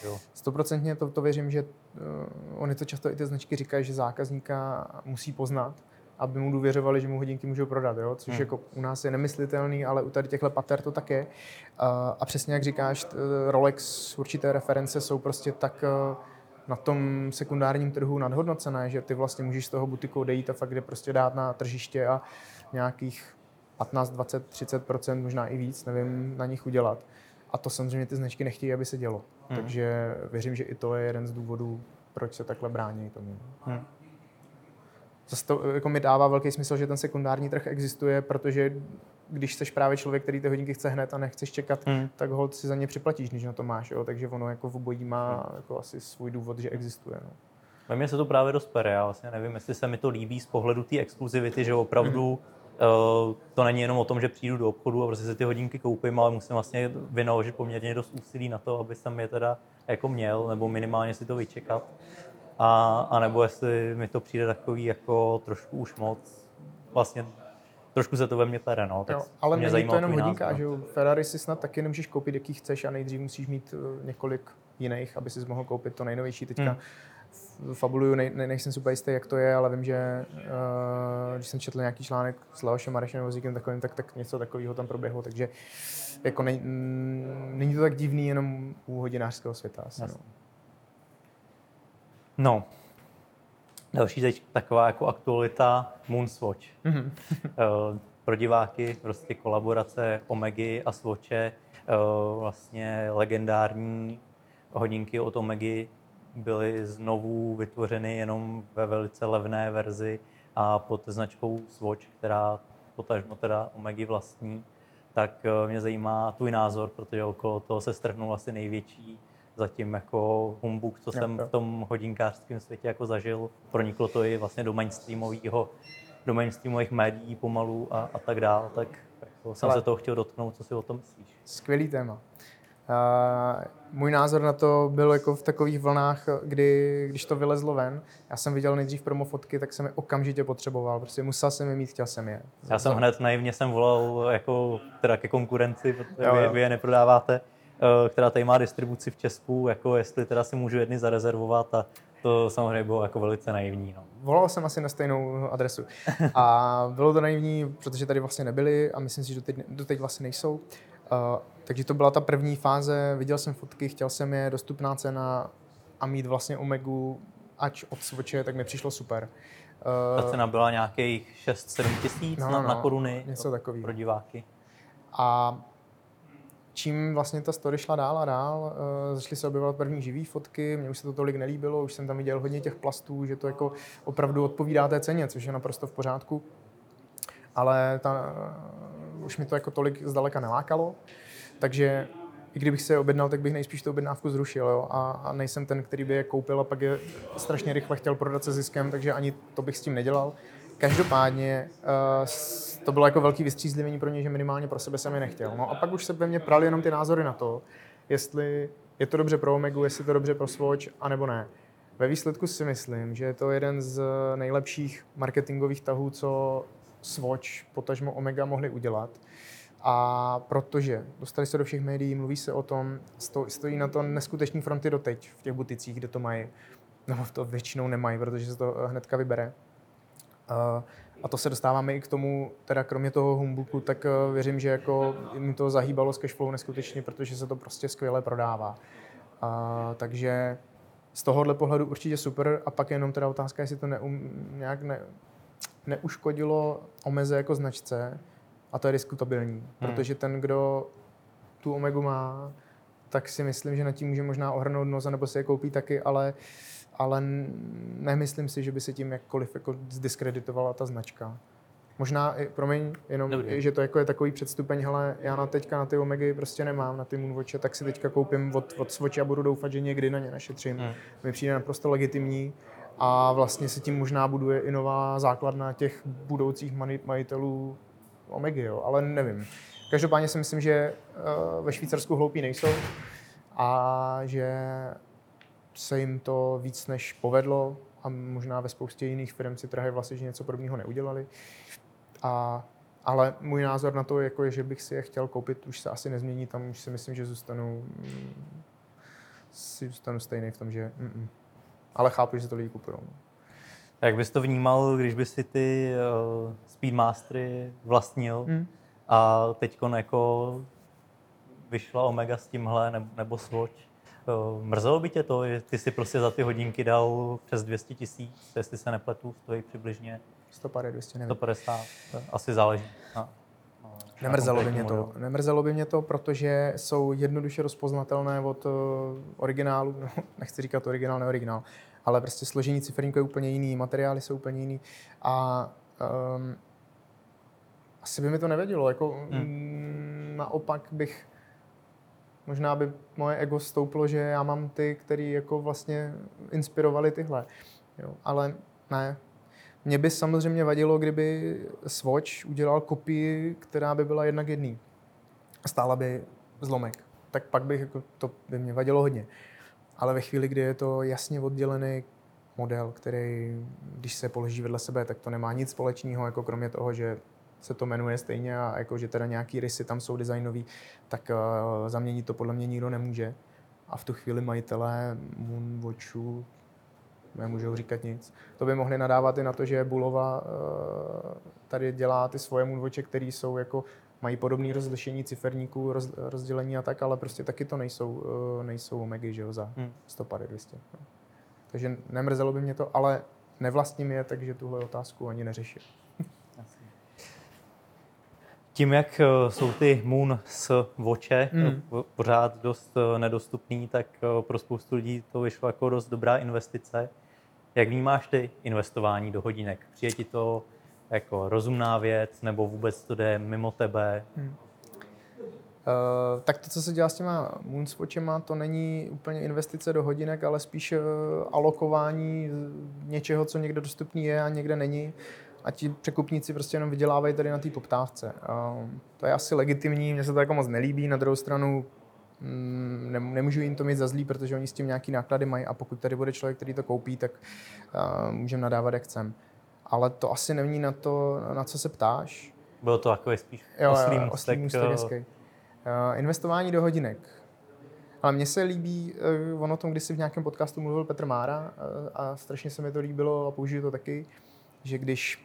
100% to věřím, že oni to často i ty značky říkají, že zákazníka musí poznat, aby mu důvěřovali, že mu hodinky můžou prodat, jo? Což jako u nás je nemyslitelný, ale u tady těchto pater to tak je. A přesně jak říkáš, Rolex, určité reference jsou prostě tak na tom sekundárním trhu nadhodnocené, že ty vlastně můžeš z toho butiku odejít a fakt jde prostě dát na tržiště a nějakých 15, 20, 30%, možná i víc, nevím, na nich udělat. A to samozřejmě ty značky nechtějí, aby se dělo. Takže věřím, že i to je jeden z důvodů, proč se takhle brání tomu. Zase to jako mi dává velký smysl, že ten sekundární trh existuje, protože když jsi právě člověk, který ty hodinky chce hned a nechceš čekat, tak holt si za ně připlatíš, když na to máš. Jo? Takže ono jako v obojí má jako asi svůj důvod, že existuje. No. Ve mně se to právě dost pere. Já vlastně nevím, jestli se mi to líbí z pohledu té exkluzivity, že opravdu to není jenom o tom, že přijdu do obchodu a prostě si ty hodinky koupím, ale musím vlastně vynaložit poměrně dost úsilí na to, aby jsem je teda jako měl, nebo minimálně si to vyčekat. A nebo jestli mi to přijde takový jako trošku už moc, vlastně trošku se to ve mně pere, no. Tak jo, ale mě není to jenom tvůj hodinka, názor, že jo? Ferrari si snad taky nemůžeš koupit, jaký chceš a nejdřív musíš mít několik jiných, aby si mohl koupit to nejnovější. Teďka fabuluju, nejsem super jistý, jak to je, ale vím, že když jsem četl nějaký článek s Leošem Marešem vozíkem takovým, tak něco takového tam proběhlo, takže jako není to tak divný jenom u hodinářského světa. Asi, no. Další teď taková jako aktualita Moonswatch. Pro diváky prostě kolaborace Omegy a Swatche, vlastně legendární hodinky od Omegy byly znovu vytvořeny jenom ve velice levné verzi a pod značkou Swatch, která potažmo teda Omegy vlastní. Tak mě zajímá tvůj názor, protože okolo toho se strhnul asi největší zatím jako humbuk, co jsem v tom hodinkářském světě jako zažil. Proniklo to i vlastně do mainstreamových médií pomalu a tak dál, tak jako jsem se toho chtěl dotknout, co si o tom myslíš. Skvělý téma. Můj názor na to byl jako v takových vlnách, když to vylezlo ven. Já jsem viděl nejdřív promo fotky, tak jsem je okamžitě potřeboval. Prostě musel jsem je mít, chtěl jsem je. Já jsem hned naivně volal jako teda ke konkurenci, protože vy je neprodáváte, která tady má distribuci v Česku, jako jestli teda si můžu jedny zarezervovat a to samozřejmě bylo jako velice naivní. No. Volal jsem asi na stejnou adresu. A bylo to naivní, protože tady vlastně nebyly a myslím si, že doteď vlastně nejsou. Takže to byla ta první fáze, viděl jsem fotky, chtěl jsem je, dostupná cena a mít vlastně Omegu, ač od Swatche, tak mi přišlo super. Ta cena byla nějakých 6-7 tisíc na koruny něco takového pro diváky. A čím vlastně ta story šla dál a dál, začaly se objevovat první živý fotky, mně už se to tolik nelíbilo, už jsem tam viděl hodně těch plastů, že to jako opravdu odpovídá té ceně, což je naprosto v pořádku. Ale už mi to jako tolik zdaleka nelákalo, takže i kdybych se je objednal, tak bych nejspíš tu objednávku zrušil. Jo? A nejsem ten, který by je koupil a pak je strašně rychle chtěl prodat se ziskem, takže ani to bych s tím nedělal. Každopádně to bylo jako velký vystřízlivění pro mě, že minimálně pro sebe jsem je nechtěl. No a pak už se ve mně praly jenom ty názory na to, jestli je to dobře pro Omegu, jestli je to dobře pro Swatch, anebo ne. Ve výsledku si myslím, že je to jeden z nejlepších marketingových tahů, co Swatch, potažmo Omega mohli udělat. A protože dostali se do všech médií, mluví se o tom, stojí na to neskuteční fronty doteď v těch buticích, kde to mají. No to většinou nemají, protože se to hnedka vybere. A to se dostáváme i k tomu, teda kromě toho humbuku, tak věřím, že jako mi to zahýbalo s cashflow neskutečně, protože se to prostě skvěle prodává. Takže z tohohle pohledu určitě super. A pak je jenom teda otázka, jestli to nějak neuškodilo Omeze jako značce. A to je diskutabilní, protože ten, kdo tu Omegu má, tak si myslím, že nad tím může možná ohrnout nos, nebo si je koupí taky, ale nemyslím si, že by se tím jakkoliv jako zdiskreditovala ta značka. Možná, promiň, jenom, že to jako je takový předstupeň, hele, já teďka na ty Omegy prostě nemám, na ty Moonwatche, tak si teďka koupím od Swatche a budu doufat, že někdy na ně našetřím. Mi přijde naprosto legitimní a vlastně se tím možná buduje i nová základna těch budoucích majitelů Omegy, jo, ale nevím. Každopádně si myslím, že ve Švýcarsku hloupí nejsou a že se jim to víc než povedlo a možná ve spoustě jiných firm si trhají vlastně, že něco podobného neudělali. Ale můj názor na to, jako je, že bych si je chtěl koupit, už se asi nezmění, tam už si myslím, že zůstanu stejný v tom, že ale chápu, že se to lidi kupují. Jak bys to vnímal, když by si ty Speedmastery vlastnil a teď jako vyšla Omega s tímhle nebo Swatch? Mrzelo by tě to, že ty si prostě za ty hodinky dal přes 200 000, jestli se nepletu, stojí přibližně 150, 200, nevím. 150, asi záleží. Nemrzelo by mě to, protože jsou jednoduše rozpoznatelné od originálu, no, nechci říkat originál, neoriginál, ale prostě složení ciferníku je úplně jiný, materiály jsou úplně jiný a asi by mi to nevadilo, jako naopak možná by moje ego stouplo, že já mám ty, který jako vlastně inspirovali tyhle, jo, ale ne. Mě by samozřejmě vadilo, kdyby Swatch udělal kopii, která by byla jednak jedný a stála by zlomek. Tak pak to by mě vadilo hodně. Ale ve chvíli, kdy je to jasně oddělený model, který, když se položí vedle sebe, tak to nemá nic společného, jako kromě toho, že se to jmenuje stejně a jako, že teda nějaký rysy tam jsou designový, tak zaměnit to podle mě nikdo nemůže. A v tu chvíli majitelé Moonwatchu nemůžou říkat nic. To by mohli nadávat i na to, že Bulova tady dělá ty svoje Moonwatche, které jsou jako, mají podobné rozlišení ciferníků, rozdělení a tak, ale prostě taky to nejsou Omegy, že jo, za 150, 200. No. Takže nemrzelo by mě to, ale nevlastním je, takže tuhle otázku ani neřeším. Tím, jak jsou ty Moon s Watche pořád dost nedostupný, tak pro spoustu lidí to vyšlo jako dost dobrá investice. Jak vnímáš ty investování do hodinek? Přijde ti to jako rozumná věc, nebo vůbec to jde mimo tebe? Tak to, co se dělá s těma Moonswatchema, to není úplně investice do hodinek, ale spíš alokování něčeho, co někde dostupný je a někde není. A ti překupníci prostě jenom vydělávají tady na té poptávce. To je asi legitimní, mně se to jako moc nelíbí, na druhou stranu nemůžu jim to mít za zlý, protože oni s tím nějaký náklady mají a pokud tady bude člověk, který to koupí, tak můžeme nadávat, jak chcem. Ale to asi není na to, na co se ptáš. Bylo to takový spíš oslý můstek. Investování do hodinek. Ale mně se líbí, on o tom kdysi v nějakém podcastu mluvil Petr Mára a strašně se mi to líbilo a použiju to taky, že když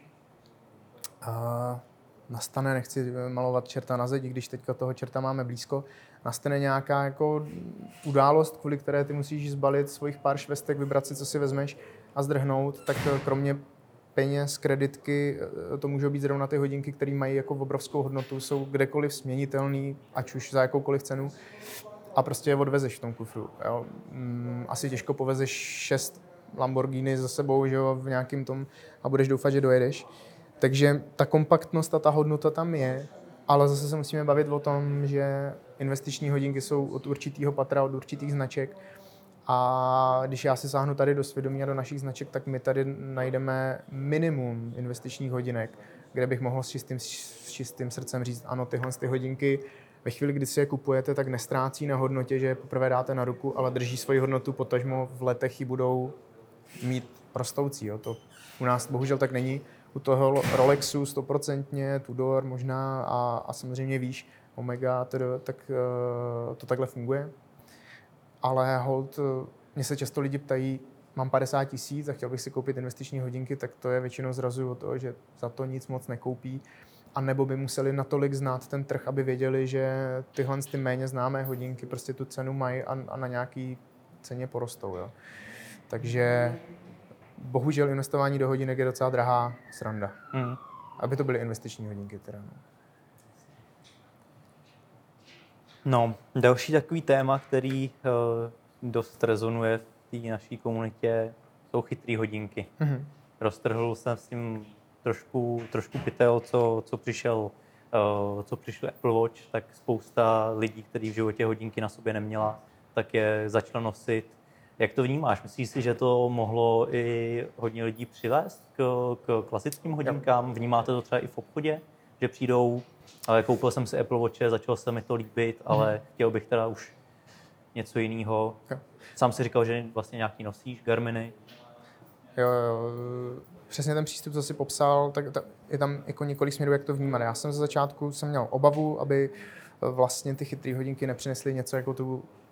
nastane, nechci malovat čerta na zeď, když teďka toho čerta máme blízko, nastane nějaká jako událost, kvůli které ty musíš zbalit svých pár švestek, vybrat si, co si vezmeš a zdrhnout, tak kromě peněz, kreditky, to můžou být zrovna ty hodinky, které mají jako obrovskou hodnotu, jsou kdekoliv směnitelný, ať už za jakoukoliv cenu a prostě je odvezeš v tom kufru. Jo. Asi těžko povezeš 6 Lamborghini za sebou, že jo, v nějakým tom a budeš doufat, že dojedeš. Takže ta kompaktnost a ta hodnota tam je, ale zase se musíme bavit o tom, že investiční hodinky jsou od určitého patra, od určitých značek. A když já si sáhnu tady do svědomí a do našich značek, tak my tady najdeme minimum investičních hodinek, kde bych mohl s čistým srdcem říct, ano, tyhle ty hodinky, ve chvíli, kdy si je kupujete, tak nestrácí na hodnotě, že je poprvé dáte na ruku, ale drží svoji hodnotu, potažmo v letech ji budou mít rostoucí. Jo. To u nás bohužel tak není. U toho Rolexu 100%, Tudor možná a samozřejmě výš, Omega, tak to takhle funguje. Ale hold, mě se často lidi ptají, mám 50 000 a chtěl bych si koupit investiční hodinky, tak to je většinou zrazu o to, že za to nic moc nekoupí. A nebo by museli natolik znát ten trh, aby věděli, že tyhle ty méně známé hodinky prostě tu cenu mají a na nějaký ceně porostou. Jo. Takže bohužel investování do hodinek je docela drahá sranda. Aby to byly investiční hodinky teda. No, další takový téma, který dost rezonuje v té naší komunitě, jsou chytré hodinky. Roztrhl jsem s tím trošku pytel, co přišel Apple Watch, tak spousta lidí, kteří v životě hodinky na sobě neměla, tak je začala nosit. Jak to vnímáš? Myslíš si, že to mohlo i hodně lidí přivést k klasickým hodinkám? Vnímáte to třeba i v obchodě, že přijdou, ale koupil jsem si Apple Watche, začalo se mi to líbit, ale chtěl bych teda už něco jiného. Sám si říkal, že vlastně nějaký nosíš, Garminy. Jo. Přesně ten přístup, co jsi popsal, tak je tam jako několik směrů, jak to vnímat. Já jsem ze začátku měl obavu, aby vlastně ty chytré hodinky nepřinesly něco jako tu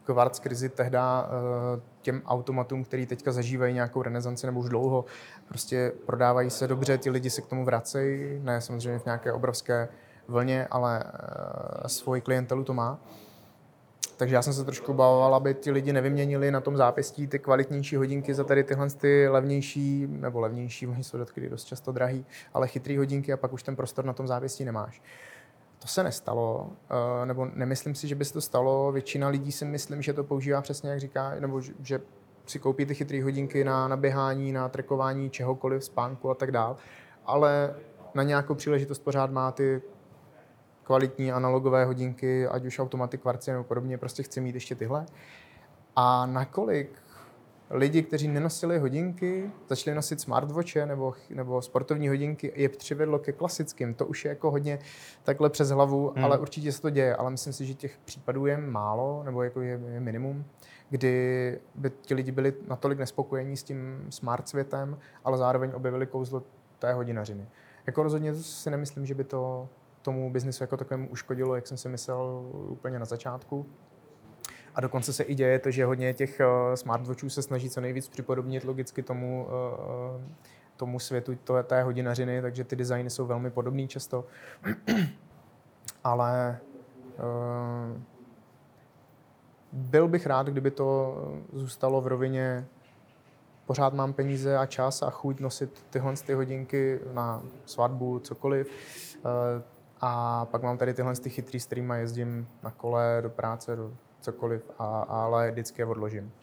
kvarc krizi tehda těm automatům, který teďka zažívají nějakou renesanci nebo už dlouho, prostě prodávají se dobře, ti lidi se k tomu vracejí, ne samozřejmě v nějaké obrovské vlně, ale svoji klientelu to má. Takže já jsem se trošku obával, aby ti lidi nevyměnili na tom zápěstí ty kvalitnější hodinky za tady tyhle ty levnější, nebo levnější, oni jsou dost často drahý, ale chytrý hodinky a pak už ten prostor na tom zápěstí nemáš. To se nestalo, nebo nemyslím si, že by se to stalo. Většina lidí si myslím, že to používá přesně jak říká, nebo že si koupí ty chytré hodinky na běhání, na trackování čehokoliv, spánku a tak dál, ale na nějakou příležitost pořád má ty kvalitní analogové hodinky, ať už automaty, kvarci nebo podobně, prostě chci mít ještě tyhle. A nakolik lidi, kteří nenosili hodinky, začali nosit smartwatche nebo sportovní hodinky, je přivedlo ke klasickým. To už je jako hodně takhle přes hlavu, ale určitě se to děje. Ale myslím si, že těch případů je málo, nebo jako je minimum, kdy by ti lidi byli natolik nespokojení s tím smart světem, ale zároveň objevili kouzlo té hodinařiny. Jako rozhodně si nemyslím, že by to tomu biznisu jako takovému uškodilo, jak jsem si myslel úplně na začátku. A dokonce se i děje to, že hodně těch smartwatchů se snaží co nejvíc připodobnit logicky tomu světu té hodinařiny, takže ty designy jsou velmi podobný často. Ale byl bych rád, kdyby to zůstalo v rovině pořád mám peníze a čas a chuť nosit tyhle hodinky na svatbu, cokoliv. A pak mám tady tyhle chytrý, s kterými jezdím na kole, do práce, do cokoliv, ale vždycky je odložím.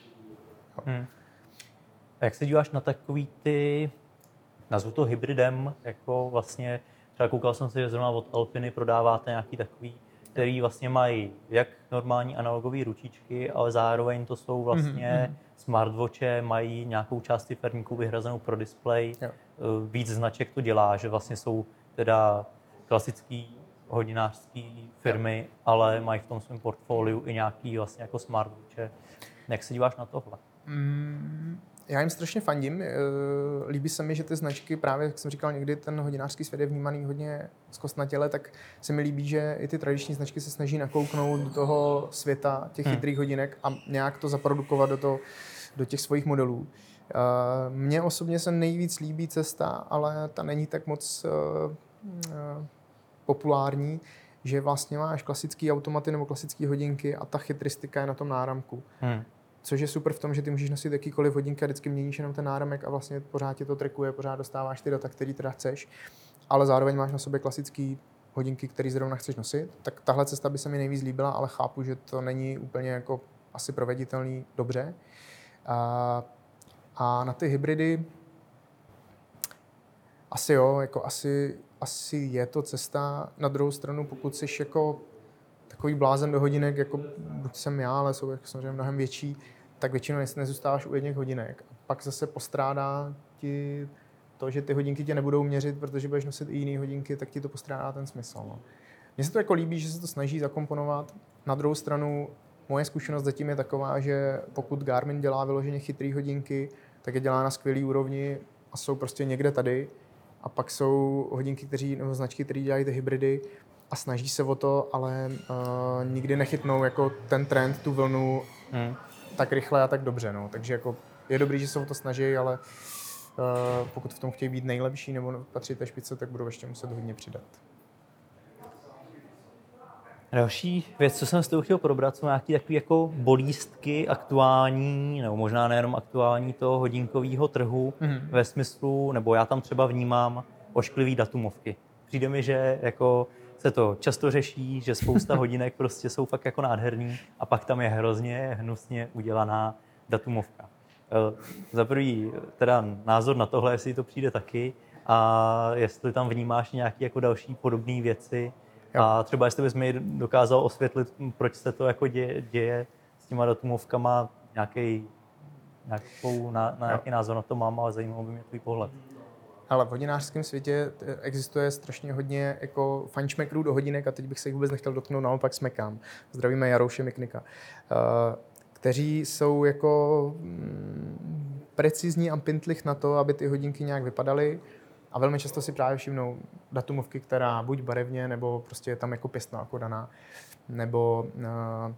A jak se díváš na takový ty, nazvu to hybridem, jako vlastně, třeba koukal jsem si, že zrovna od Alpiny prodáváte nějaký takový, který vlastně mají jak normální analogové ručičky, ale zároveň to jsou vlastně smartwatche, mají nějakou část ciferníků vyhrazenou pro displej. Víc značek to dělá, že vlastně jsou teda klasický hodinářský firmy, ale mají v tom svém portfoliu i nějaký vlastně jako smartwatche. Jak se díváš na tohle? Já jim strašně fandím. Líbí se mi, že ty značky, právě jak jsem říkal, někdy ten hodinářský svět je vnímaný hodně zkostnatěle, tak se mi líbí, že i ty tradiční značky se snaží nakouknout do toho světa těch chytrých hodinek a nějak to zaprodukovat do těch svých modelů. Mně osobně se nejvíc líbí cesta, ale ta není tak moc populární, že vlastně máš klasické automaty nebo klasické hodinky a ta chytristika je na tom náramku. Což je super v tom, že ty můžeš nosit jakýkoliv hodinky a vždycky měníš jenom ten náramek a vlastně pořád tě to trackuje, pořád dostáváš ty data, který teda chceš, ale zároveň máš na sobě klasické hodinky, které zrovna chceš nosit. Tak tahle cesta by se mi nejvíc líbila, ale chápu, že to není úplně jako asi proveditelný dobře. A na ty hybridy asi jo, jako asi je to cesta. Na druhou stranu, pokud jsi jako takový blázen do hodinek, jako buď jsem já, ale jsou samozřejmě mnohem větší, tak většinou nezůstáváš u jedných hodinek. A pak zase postrádá ti to, že ty hodinky tě nebudou měřit, protože budeš nosit i jiné hodinky, tak ti to postrádá ten smysl. No. Mně se to jako líbí, že se to snaží zakomponovat. Na druhou stranu moje zkušenost zatím je taková, že pokud Garmin dělá vyloženě chytrý hodinky, tak je dělá na skvělý úrovni a jsou prostě někde tady. A pak jsou hodinky, nebo značky, které dělají ty hybridy a snaží se o to, ale nikdy nechytnou jako ten trend, tu vlnu tak rychle a tak dobře. No. Takže jako je dobrý, že se o to snaží, ale pokud v tom chtějí být nejlepší nebo patří té špičce, tak budou ještě muset hodně přidat. Další věc, co jsem s tou chtěl probrat, jsou nějaké takové jako bolístky aktuální, nebo možná nejenom aktuální toho hodinkového trhu ve smyslu, nebo já tam třeba vnímám ošklivý datumovky. Přijde mi, že jako se to často řeší, že spousta hodinek prostě jsou fakt jako nádherný a pak tam je hrozně hnusně udělaná datumovka. Za prvý teda názor na tohle, jestli to přijde taky a jestli tam vnímáš nějaké jako další podobné věci. A třeba jestli bys mi dokázal osvětlit, proč se to jako děje s těma datumovkama, nějaký názor na to mám, ale zajímalo by mě tvůj pohled. Ale v hodinářském světě existuje strašně hodně jako fajnšmekrů do hodinek a teď bych se jich vůbec nechtěl dotknout, naopak smekám. Zdravíme Jarouše Miknika. Kteří jsou jako precizní a pintlich na to, aby ty hodinky nějak vypadaly. A velmi často si právě všimnou datumovky, která buď barevně, nebo prostě je tam jako pěstná jako daná, nebo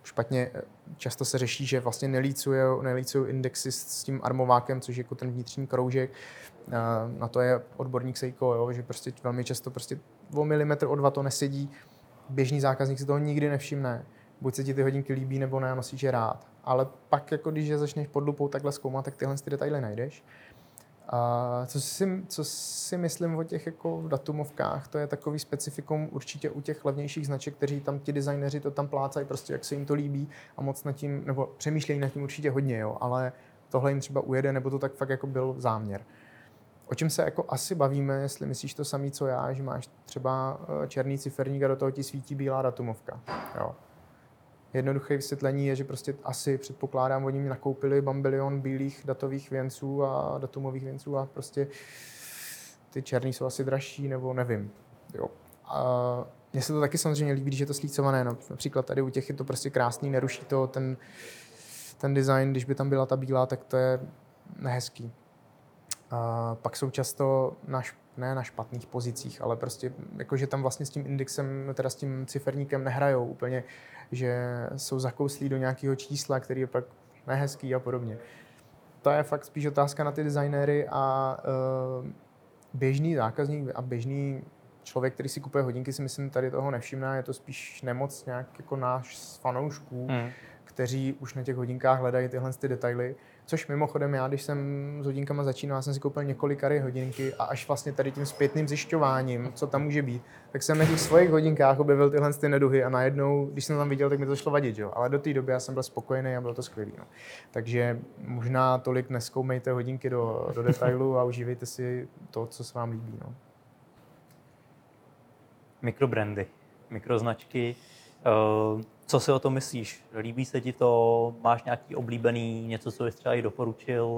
špatně. Často se řeší, že vlastně nelícují indexy s tím armovákem, což je jako ten vnitřní kroužek. Na to je odborník Seiko, jo, že prostě velmi často prostě o milimetr, o dva to nesedí. Běžný zákazník si toho nikdy nevšimne. Buď se ti ty hodinky líbí, nebo ne, nosíš je rád. Ale pak, jako když je začneš pod lupou takhle zkoumat, tak tyhle detaily najdeš. A co si myslím o těch jako datumovkách, to je takový specifikum určitě u těch levnějších značek, kteří tam ti designéři to tam plácají, prostě jak se jim to líbí a moc nad tím, nebo přemýšlejí nad tím určitě hodně, jo, ale tohle jim třeba ujede, nebo to tak fakt jako byl záměr. O čem se jako asi bavíme, jestli myslíš to samý, co já, že máš třeba černý ciferník a do toho ti svítí bílá datumovka. Jo. Jednoduché vysvětlení je, že prostě asi předpokládám, oni mi nakoupili bambilion bílých datových věnců a datumových věnců a prostě ty černý jsou asi dražší, nebo nevím. Jo. A mně se to taky samozřejmě líbí, když je to slícované. No. Například tady u těch je to prostě krásný, neruší to ten design, když by tam byla ta bílá, tak to je nehezký. A pak jsou často ne na špatných pozicích, ale prostě jakože tam vlastně s tím indexem, teda s tím ciferníkem nehrajou úplně, že jsou zakouslí do nějakého čísla, který je pak nehezký a podobně. To je fakt spíš otázka na ty designéry a běžný zákazník a běžný člověk, který si kupuje hodinky, si myslím, tady toho nevšimná, je to spíš nemoc nějak jako náš z fanoušků, kteří už na těch hodinkách hledají tyhle ty detaily. Což mimochodem já, když jsem s hodinkama začínal, jsem si koupil několik kary hodinky a až vlastně tady tím zpětným zjišťováním, co tam může být, tak jsem na těch svých hodinkách objevil tyhle ty neduhy a najednou, když jsem tam viděl, tak mi to šlo vadit, jo. Ale do té doby já jsem byl spokojený a bylo to skvělý. No. Takže možná tolik nezkoumejte hodinky do detailu a užívejte si to, co se vám líbí. No. Mikrobrandy, mikroznačky. Co si o tom myslíš? Líbí se ti to? Máš nějaký oblíbený, něco, co bys třeba i doporučil?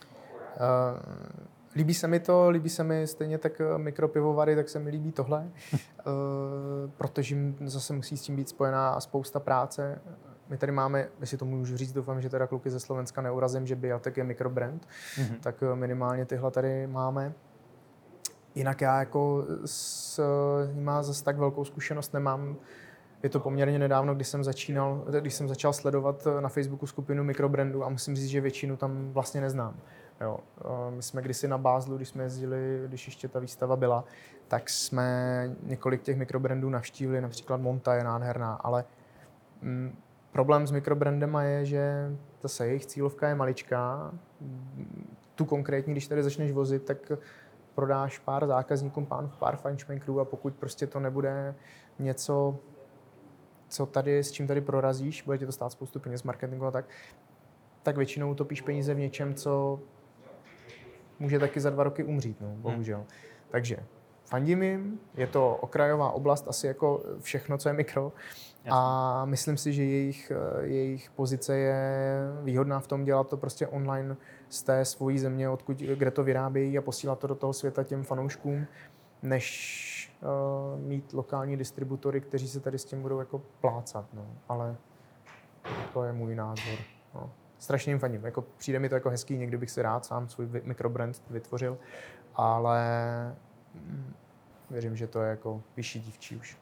Líbí se mi stejně tak mikropivovary, tak se mi líbí tohle, protože zase musí s tím být spojená spousta práce. My tady máme, jestli to můžu říct, doufám, že teda kluky ze Slovenska neurazím, že Biatek je mikrobrand, tak minimálně tyhle tady máme. Jinak já jako s nima zase tak velkou zkušenost nemám. Je to poměrně nedávno, když jsem začal sledovat na Facebooku skupinu mikrobrandů a musím říct, že většinu tam vlastně neznám. Jo. My jsme kdysi na Bázlu, když jsme jezdili, když ještě ta výstava byla, tak jsme několik těch mikrobrandů navštívili, například Monta je nádherná, ale problém s mikrobrandema je, že zase jejich cílovka je maličká. Tu konkrétní, když tady začneš vozit, tak prodáš pár zákazníkům, pár fajnšmekrů a pokud prostě to nebude něco, s čím tady prorazíš, bude ti to stát spoustu peněz marketingu a tak většinou utopíš peníze v něčem, co může taky za 2 roky umřít, no, bohužel. Takže fandím jim, je to okrajová oblast, asi jako všechno, co je mikro. Jasně. A myslím si, že jejich pozice je výhodná v tom dělat to prostě online z té svojí země, kde to vyrábějí a posílat to do toho světa těm fanouškům, než mít lokální distributory, kteří se tady s tím budou jako plácat. No. Ale to je můj názor. No. Strašně jim fandím. Jako, přijde mi to jako hezký, někdy bych si rád sám svůj mikrobrand vytvořil, ale věřím, že to je jako vyšší dívčí už.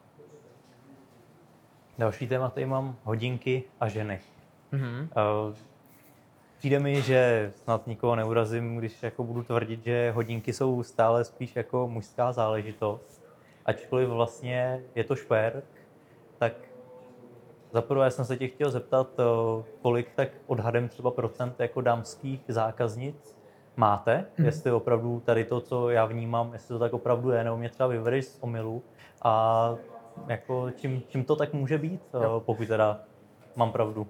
Další téma tady mám hodinky a ženy. Přijde mi, že snad nikoho neurazím, když jako budu tvrdit, že hodinky jsou stále spíš jako mužská záležitost. Ačkoliv vlastně je to šperk, tak zaprvé jsem se tě chtěl zeptat, kolik tak odhadem třeba procent jako dámských zákaznic máte, jestli opravdu tady to, co já vnímám, jestli to tak opravdu je, nebo mě třeba vyvedeš z omylu a jako čím to tak může být, pokud teda mám pravdu.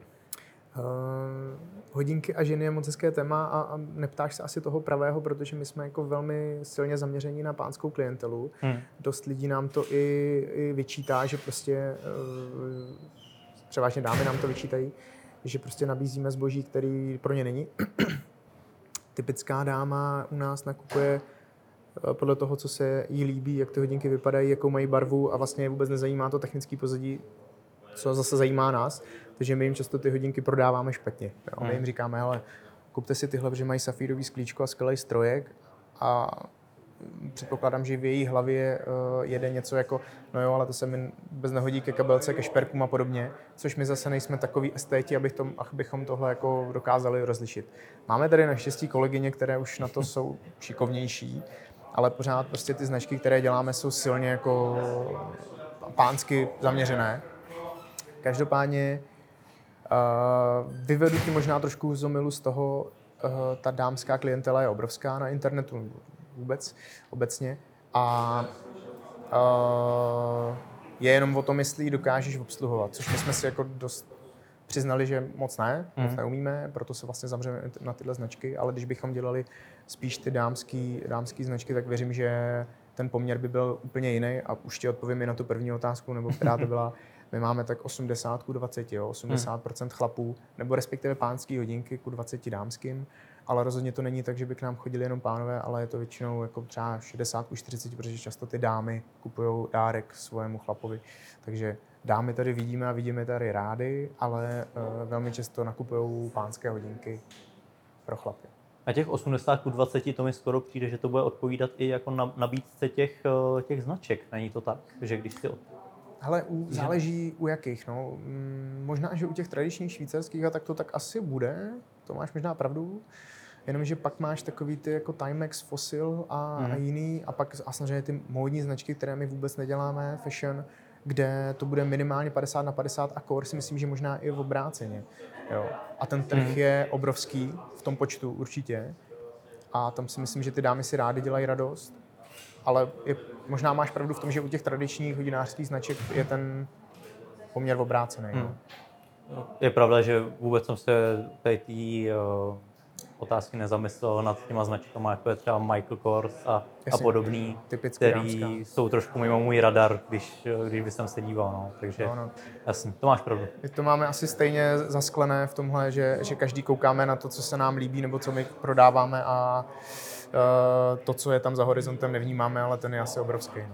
Hodinky a ženy je moc hezké téma a neptáš se asi toho pravého, protože my jsme jako velmi silně zaměření na pánskou klientelu. Dost lidí nám to i vyčítá, že prostě převážně dámy nám to vyčítají, že prostě nabízíme zboží, který pro ně není. Typická dáma u nás nakupuje podle toho, co se jí líbí, jak ty hodinky vypadají, jakou mají barvu a vlastně vůbec nezajímá to technický pozadí, co zase zajímá nás, takže my jim často ty hodinky prodáváme špatně. Jo? My jim říkáme, hele, kupte si tyhle, protože mají safírový sklíčko a skvělý strojek a předpokládám, že v její hlavě jede něco jako, no jo, ale to se mi vůbec nehodí ke kabelce, ke šperkům a podobně, což my zase nejsme takový estéti, abychom tohle jako dokázali rozlišit. Máme tady naštěstí kolegyně, které už na to jsou šikovnější, ale pořád prostě ty značky, které děláme, jsou silně jako pánsky zaměřené. Každopádně vyvedu ti možná trošku z omylu z toho, ta dámská klientela je obrovská na internetu vůbec, obecně. A je jenom o tom, jestli ji dokážeš obsluhovat, což my jsme si jako dost přiznali, že moc neumíme, proto se vlastně zavřeme na tyhle značky, ale když bychom dělali spíš ty dámský značky, tak věřím, že ten poměr by byl úplně jiný a už ti odpovím i na tu první otázku, nebo která to byla. My máme tak 80:20, jo, 80% chlapů, nebo respektive pánský hodinky ku 20 dámským, ale rozhodně to není tak, že by k nám chodili jenom pánové, ale je to většinou jako třeba 60:40, protože často ty dámy kupují dárek svému chlapovi. Takže dámy tady vidíme a vidíme tady rády, ale velmi často nakupují pánské hodinky pro chlapy. A těch 80:20 to mi skoro přijde, že to bude odpovídat i jako na nabídce těch značek. Není to tak, že když si Hele, záleží u jakých. No. Možná, že u těch tradičních švýcarských a tak to tak asi bude, to máš možná pravdu, jenomže pak máš takový ty jako Timex, Fossil a jiný a pak a samozřejmě ty módní značky, které my vůbec neděláme, fashion, kde to bude minimálně 50/50 a core si myslím, že možná i v obráceně. Jo. A ten trh je obrovský v tom počtu určitě a tam si myslím, že ty dámy si rády dělají radost, ale možná máš pravdu v tom, že u těch tradičních hodinářských značek je ten poměr obrácený. Je pravda, že vůbec jsem se té otázky nezamyslel nad těma značkami, jako je třeba Michael Kors a podobný, který jsou trošku mimo můj radar, když bych jsem se díval. No. Takže jasně, to máš pravdu. My to máme asi stejně zasklené v tomhle, že každý koukáme na to, co se nám líbí, nebo co my prodáváme a to, co je tam za horizontem, nevnímáme, ale ten je asi obrovský. No.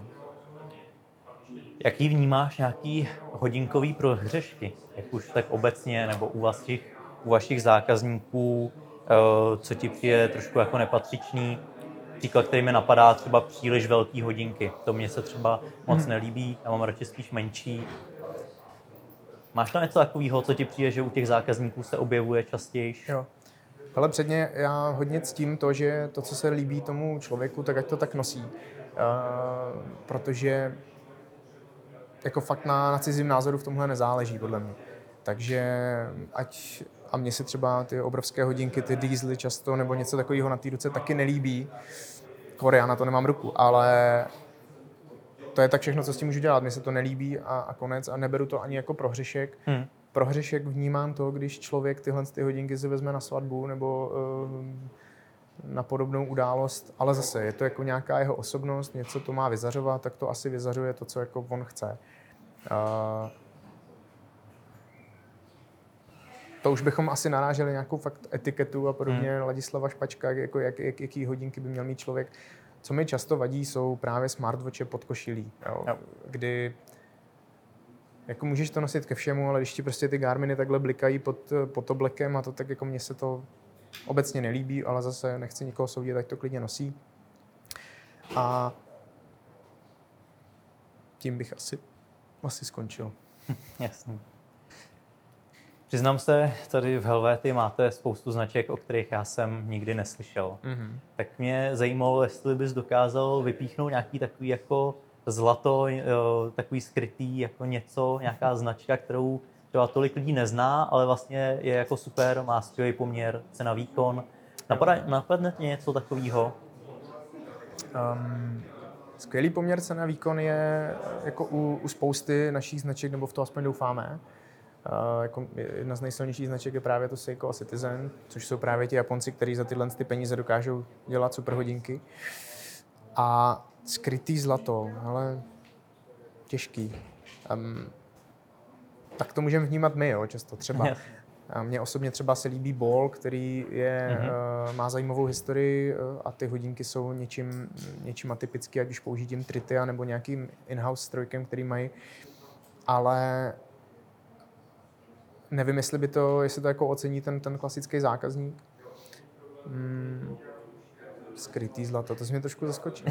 Jaký vnímáš nějaký hodinkový prohřešky, jak už tak obecně, nebo u vašich zákazníků, co ti přijde trošku jako nepatřičný? Příklad, který mi napadá, třeba příliš velký hodinky. To mně se třeba moc nelíbí, já mám radši spíš menší. Máš tam něco takového, co ti přijde, že u těch zákazníků se objevuje častěji? Jo. Ale předně já hodně ctím to, že to, co se líbí tomu člověku, tak ať to tak nosí. Protože jako fakt na cizím názoru v tomhle nezáleží, podle mě. Takže a mně se třeba ty obrovské hodinky, ty diesely často, nebo něco takového na té ruce taky nelíbí. Já na to nemám ruku, ale to je tak všechno, co s tím můžu dělat. Mně se to nelíbí a konec a neberu to ani jako prohřešek. Prohřešek vnímám to, když člověk tyhle hodinky si vezme na svatbu nebo na podobnou událost, ale zase je to jako nějaká jeho osobnost, něco to má vyzařovat, tak to asi vyzařuje to, co jako on chce. To už bychom asi naráželi nějakou fakt etiketu a podobně. Ladislava Špačka, jako jaký hodinky by měl mít člověk. Co mi často vadí, jsou právě smartwatche pod košilí, kdy jako můžeš to nosit ke všemu, ale když ti prostě ty Garminy takhle blikají pod oblekem a to tak jako mně se to obecně nelíbí, ale zase nechci nikoho soudit, ať to klidně nosí. A tím bych asi skončil. Jasně. Přiznám se, tady v Helvétii máte spoustu značek, o kterých já jsem nikdy neslyšel. Tak mě zajímalo, jestli bys dokázal vypíchnout nějaký takový jako zlato, takový skrytý jako něco, nějaká značka, kterou třeba tolik lidí nezná, ale vlastně je jako super, má skvělý poměr cena výkon. Napadne tě něco takového? Skvělý poměr cena výkon je jako u spousty našich značek, nebo v to aspoň doufáme. Jako jedna z nejsilnějších značek je právě to Seiko a Citizen, což jsou právě ti Japonci, kteří za tyhle peníze dokážou dělat super hodinky. A skrytý zlato, ale těžký. Tak to můžeme vnímat my, jo, často třeba. Mně osobně třeba se líbí Ball, který má zajímavou historii a ty hodinky jsou něčím atypický, ať už použitím Tritia nebo nějakým in-house strojkem, který mají. Ale nevím, jestli to jako ocení ten klasický zákazník. Skrytý zlato, to jsi mě trošku zaskočil.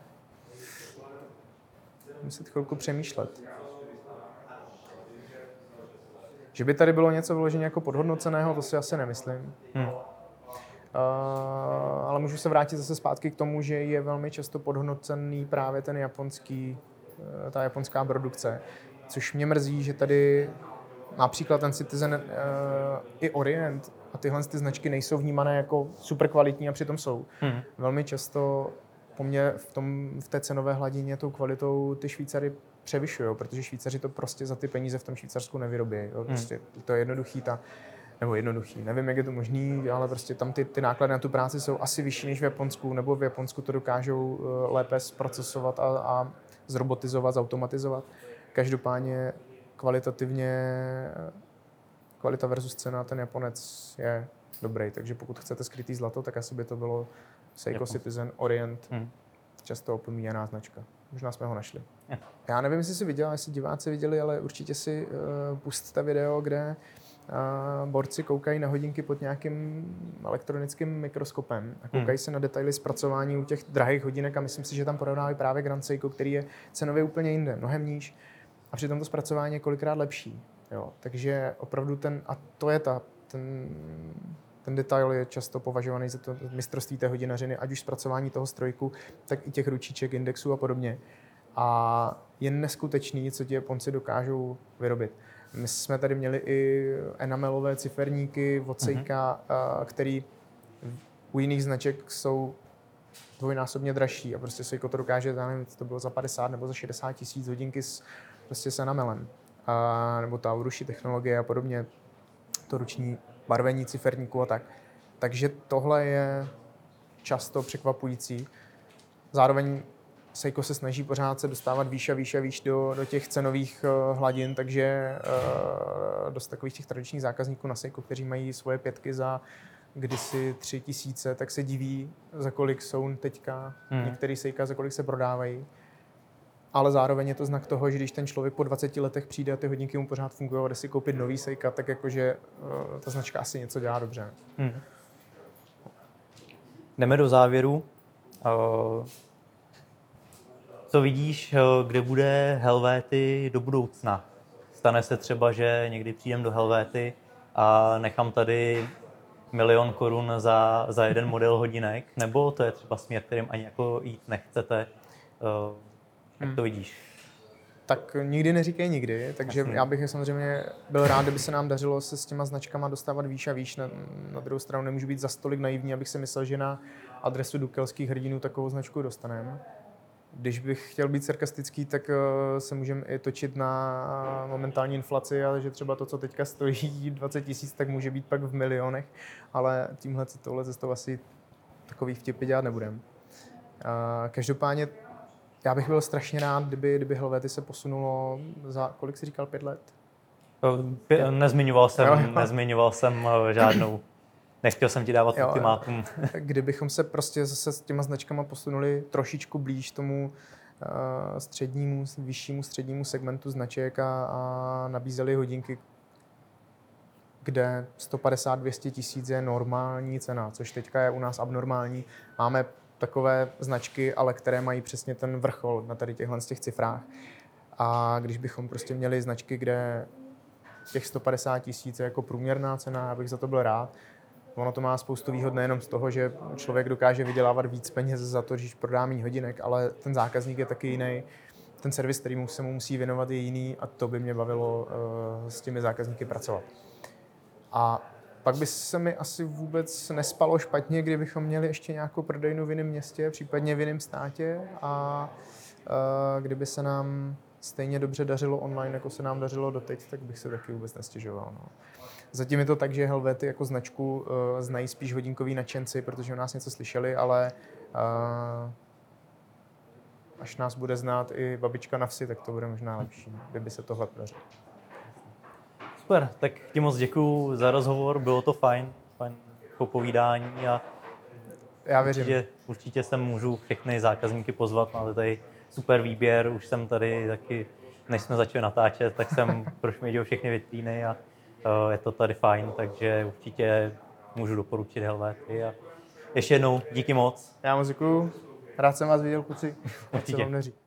Muset chvilku přemýšlet. Že by tady bylo něco vyloženě jako podhodnoceného, to si asi nemyslím. Ale můžu se vrátit zase zpátky k tomu, že je velmi často podhodnocený právě ta japonská produkce. Což mě mrzí, že tady například ten Citizen i Orient a tyhle ty značky nejsou vnímané jako super kvalitní a přitom jsou. Velmi často po mně v té cenové hladině tou kvalitou ty Švýcary převyšují, protože Švýcaři to prostě za ty peníze v tom Švýcarsku nevyrobí. Prostě to je jednoduchý, nevím, jak je to možný, ale prostě tam ty náklady na tu práci jsou asi vyšší než v Japonsku, nebo v Japonsku to dokážou lépe zprocesovat a zrobotizovat, zautomatizovat. Každopádně kvalita versus cena, ten Japonec je dobrý, takže pokud chcete skrytý zlato, tak asi by to bylo Seiko Citizen, Orient, často opomíjená značka. Možná jsme ho našli. Já nevím, jestli jsi viděl, jestli diváci viděli, ale určitě si pusťte video, kde borci koukají na hodinky pod nějakým elektronickým mikroskopem a koukají se na detaily zpracování u těch drahých hodinek a myslím si, že tam porovnávají právě Grand Seiko, který je cenově úplně jinde, mnohem níž a přitom to zpracování je kolikrát lepší. Jo. Takže opravdu ten detail je často považovaný za to mistrovství té hodinařiny, ať už zpracování toho strojku, tak i těch ručiček, indexů a podobně. A je neskutečný, co ti Japonci dokážou vyrobit. My jsme tady měli i enamelové ciferníky od Seika, který u jiných značek jsou dvojnásobně dražší a prostě Seiko to dokáže, nevím, to bylo za 50 nebo za 60 tisíc hodinky prostě s enamelem. Nebo ta Urushi technologie a podobně, to ruční barvení ciferníků a tak. Takže tohle je často překvapující. Zároveň Seiko se snaží pořád se dostávat výš a výš do těch cenových hladin, takže dost takových těch tradičních zákazníků na Seiko, kteří mají svoje pětky za kdysi 3000, tak se diví, za kolik jsou teďka některý Seika, za kolik se prodávají. Ale zároveň je to znak toho, že když ten člověk po 20 letech přijde a ty hodinky mu pořád fungují a jde si koupit nový Seika, tak jakože ta značka asi něco dělá dobře. Jdeme do závěru. Co vidíš, kde bude Helvety do budoucna? Stane se třeba, že někdy přijdem do Helvety a nechám tady 1 000 000 korun za jeden model hodinek? Nebo to je třeba směr, kterým ani jako jít nechcete? Jak to vidíš? Tak nikdy neříkej nikdy, takže já bych samozřejmě byl rád, kdyby se nám dařilo se s těma značkama dostávat výš a výš. Na druhou stranu nemůžu být za stolik naivní, abych si myslel, že na adresu dukelských hrdinů takovou značku dostaneme. Když bych chtěl být sarkastický, tak se můžeme i točit na momentální inflaci, ale že třeba to, co teďka stojí 20 000, tak může být pak v milionech, ale touhle cestou asi takový vtipy dělat nebudeme. Každopádně já bych byl strašně rád, kdyby Helvety se posunulo za, kolik jsi říkal, 5 let? Nezmiňoval jsem žádnou. Nechtěl jsem ti dávat ultimátum. Kdybychom se prostě zase s těma značkama posunuli trošičku blíž tomu vyššímu střednímu segmentu značek a nabízeli hodinky, kde 150-200 tisíc je normální cena, což teďka je u nás abnormální. Máme takové značky, ale které mají přesně ten vrchol na tady těchhle z těch cifrách. A když bychom prostě měli značky, kde těch 150 tisíc je jako průměrná cena, já bych za to byl rád. Ono to má spoustu výhod nejenom z toho, že člověk dokáže vydělávat víc peněz za to, když prodá méně hodinek, ale ten zákazník je taky jiný. Ten servis, který se mu musí věnovat, je jiný a to by mě bavilo s těmi zákazníky pracovat. A pak by se mi asi vůbec nespalo špatně, kdybychom měli ještě nějakou prodejnu v jiném městě, případně v jiném státě a kdyby se nám stejně dobře dařilo online, jako se nám dařilo doteď, tak bych se taky vůbec nestěžoval. No. Zatím je to tak, že Helvety jako značku znají spíš hodinkoví nadšenci, protože o nás něco slyšeli, ale až nás bude znát i babička na vsi, tak to bude možná lepší, kdyby se tohle podařilo. Super, tak ti moc děkuju za rozhovor, bylo to fajn popovídání a já věřím. Určitě sem můžu všechny zákazníky pozvat, máte tady super výběr, už jsem tady taky, než jsme začali natáčet, tak jsem prošměděl všechny vitríny a je to tady fajn, takže určitě můžu doporučit Helvety a Ještě jednou díky moc. Já moc děkuju. Rád jsem vás viděl, kluci. Ať se Určitě. vám daří.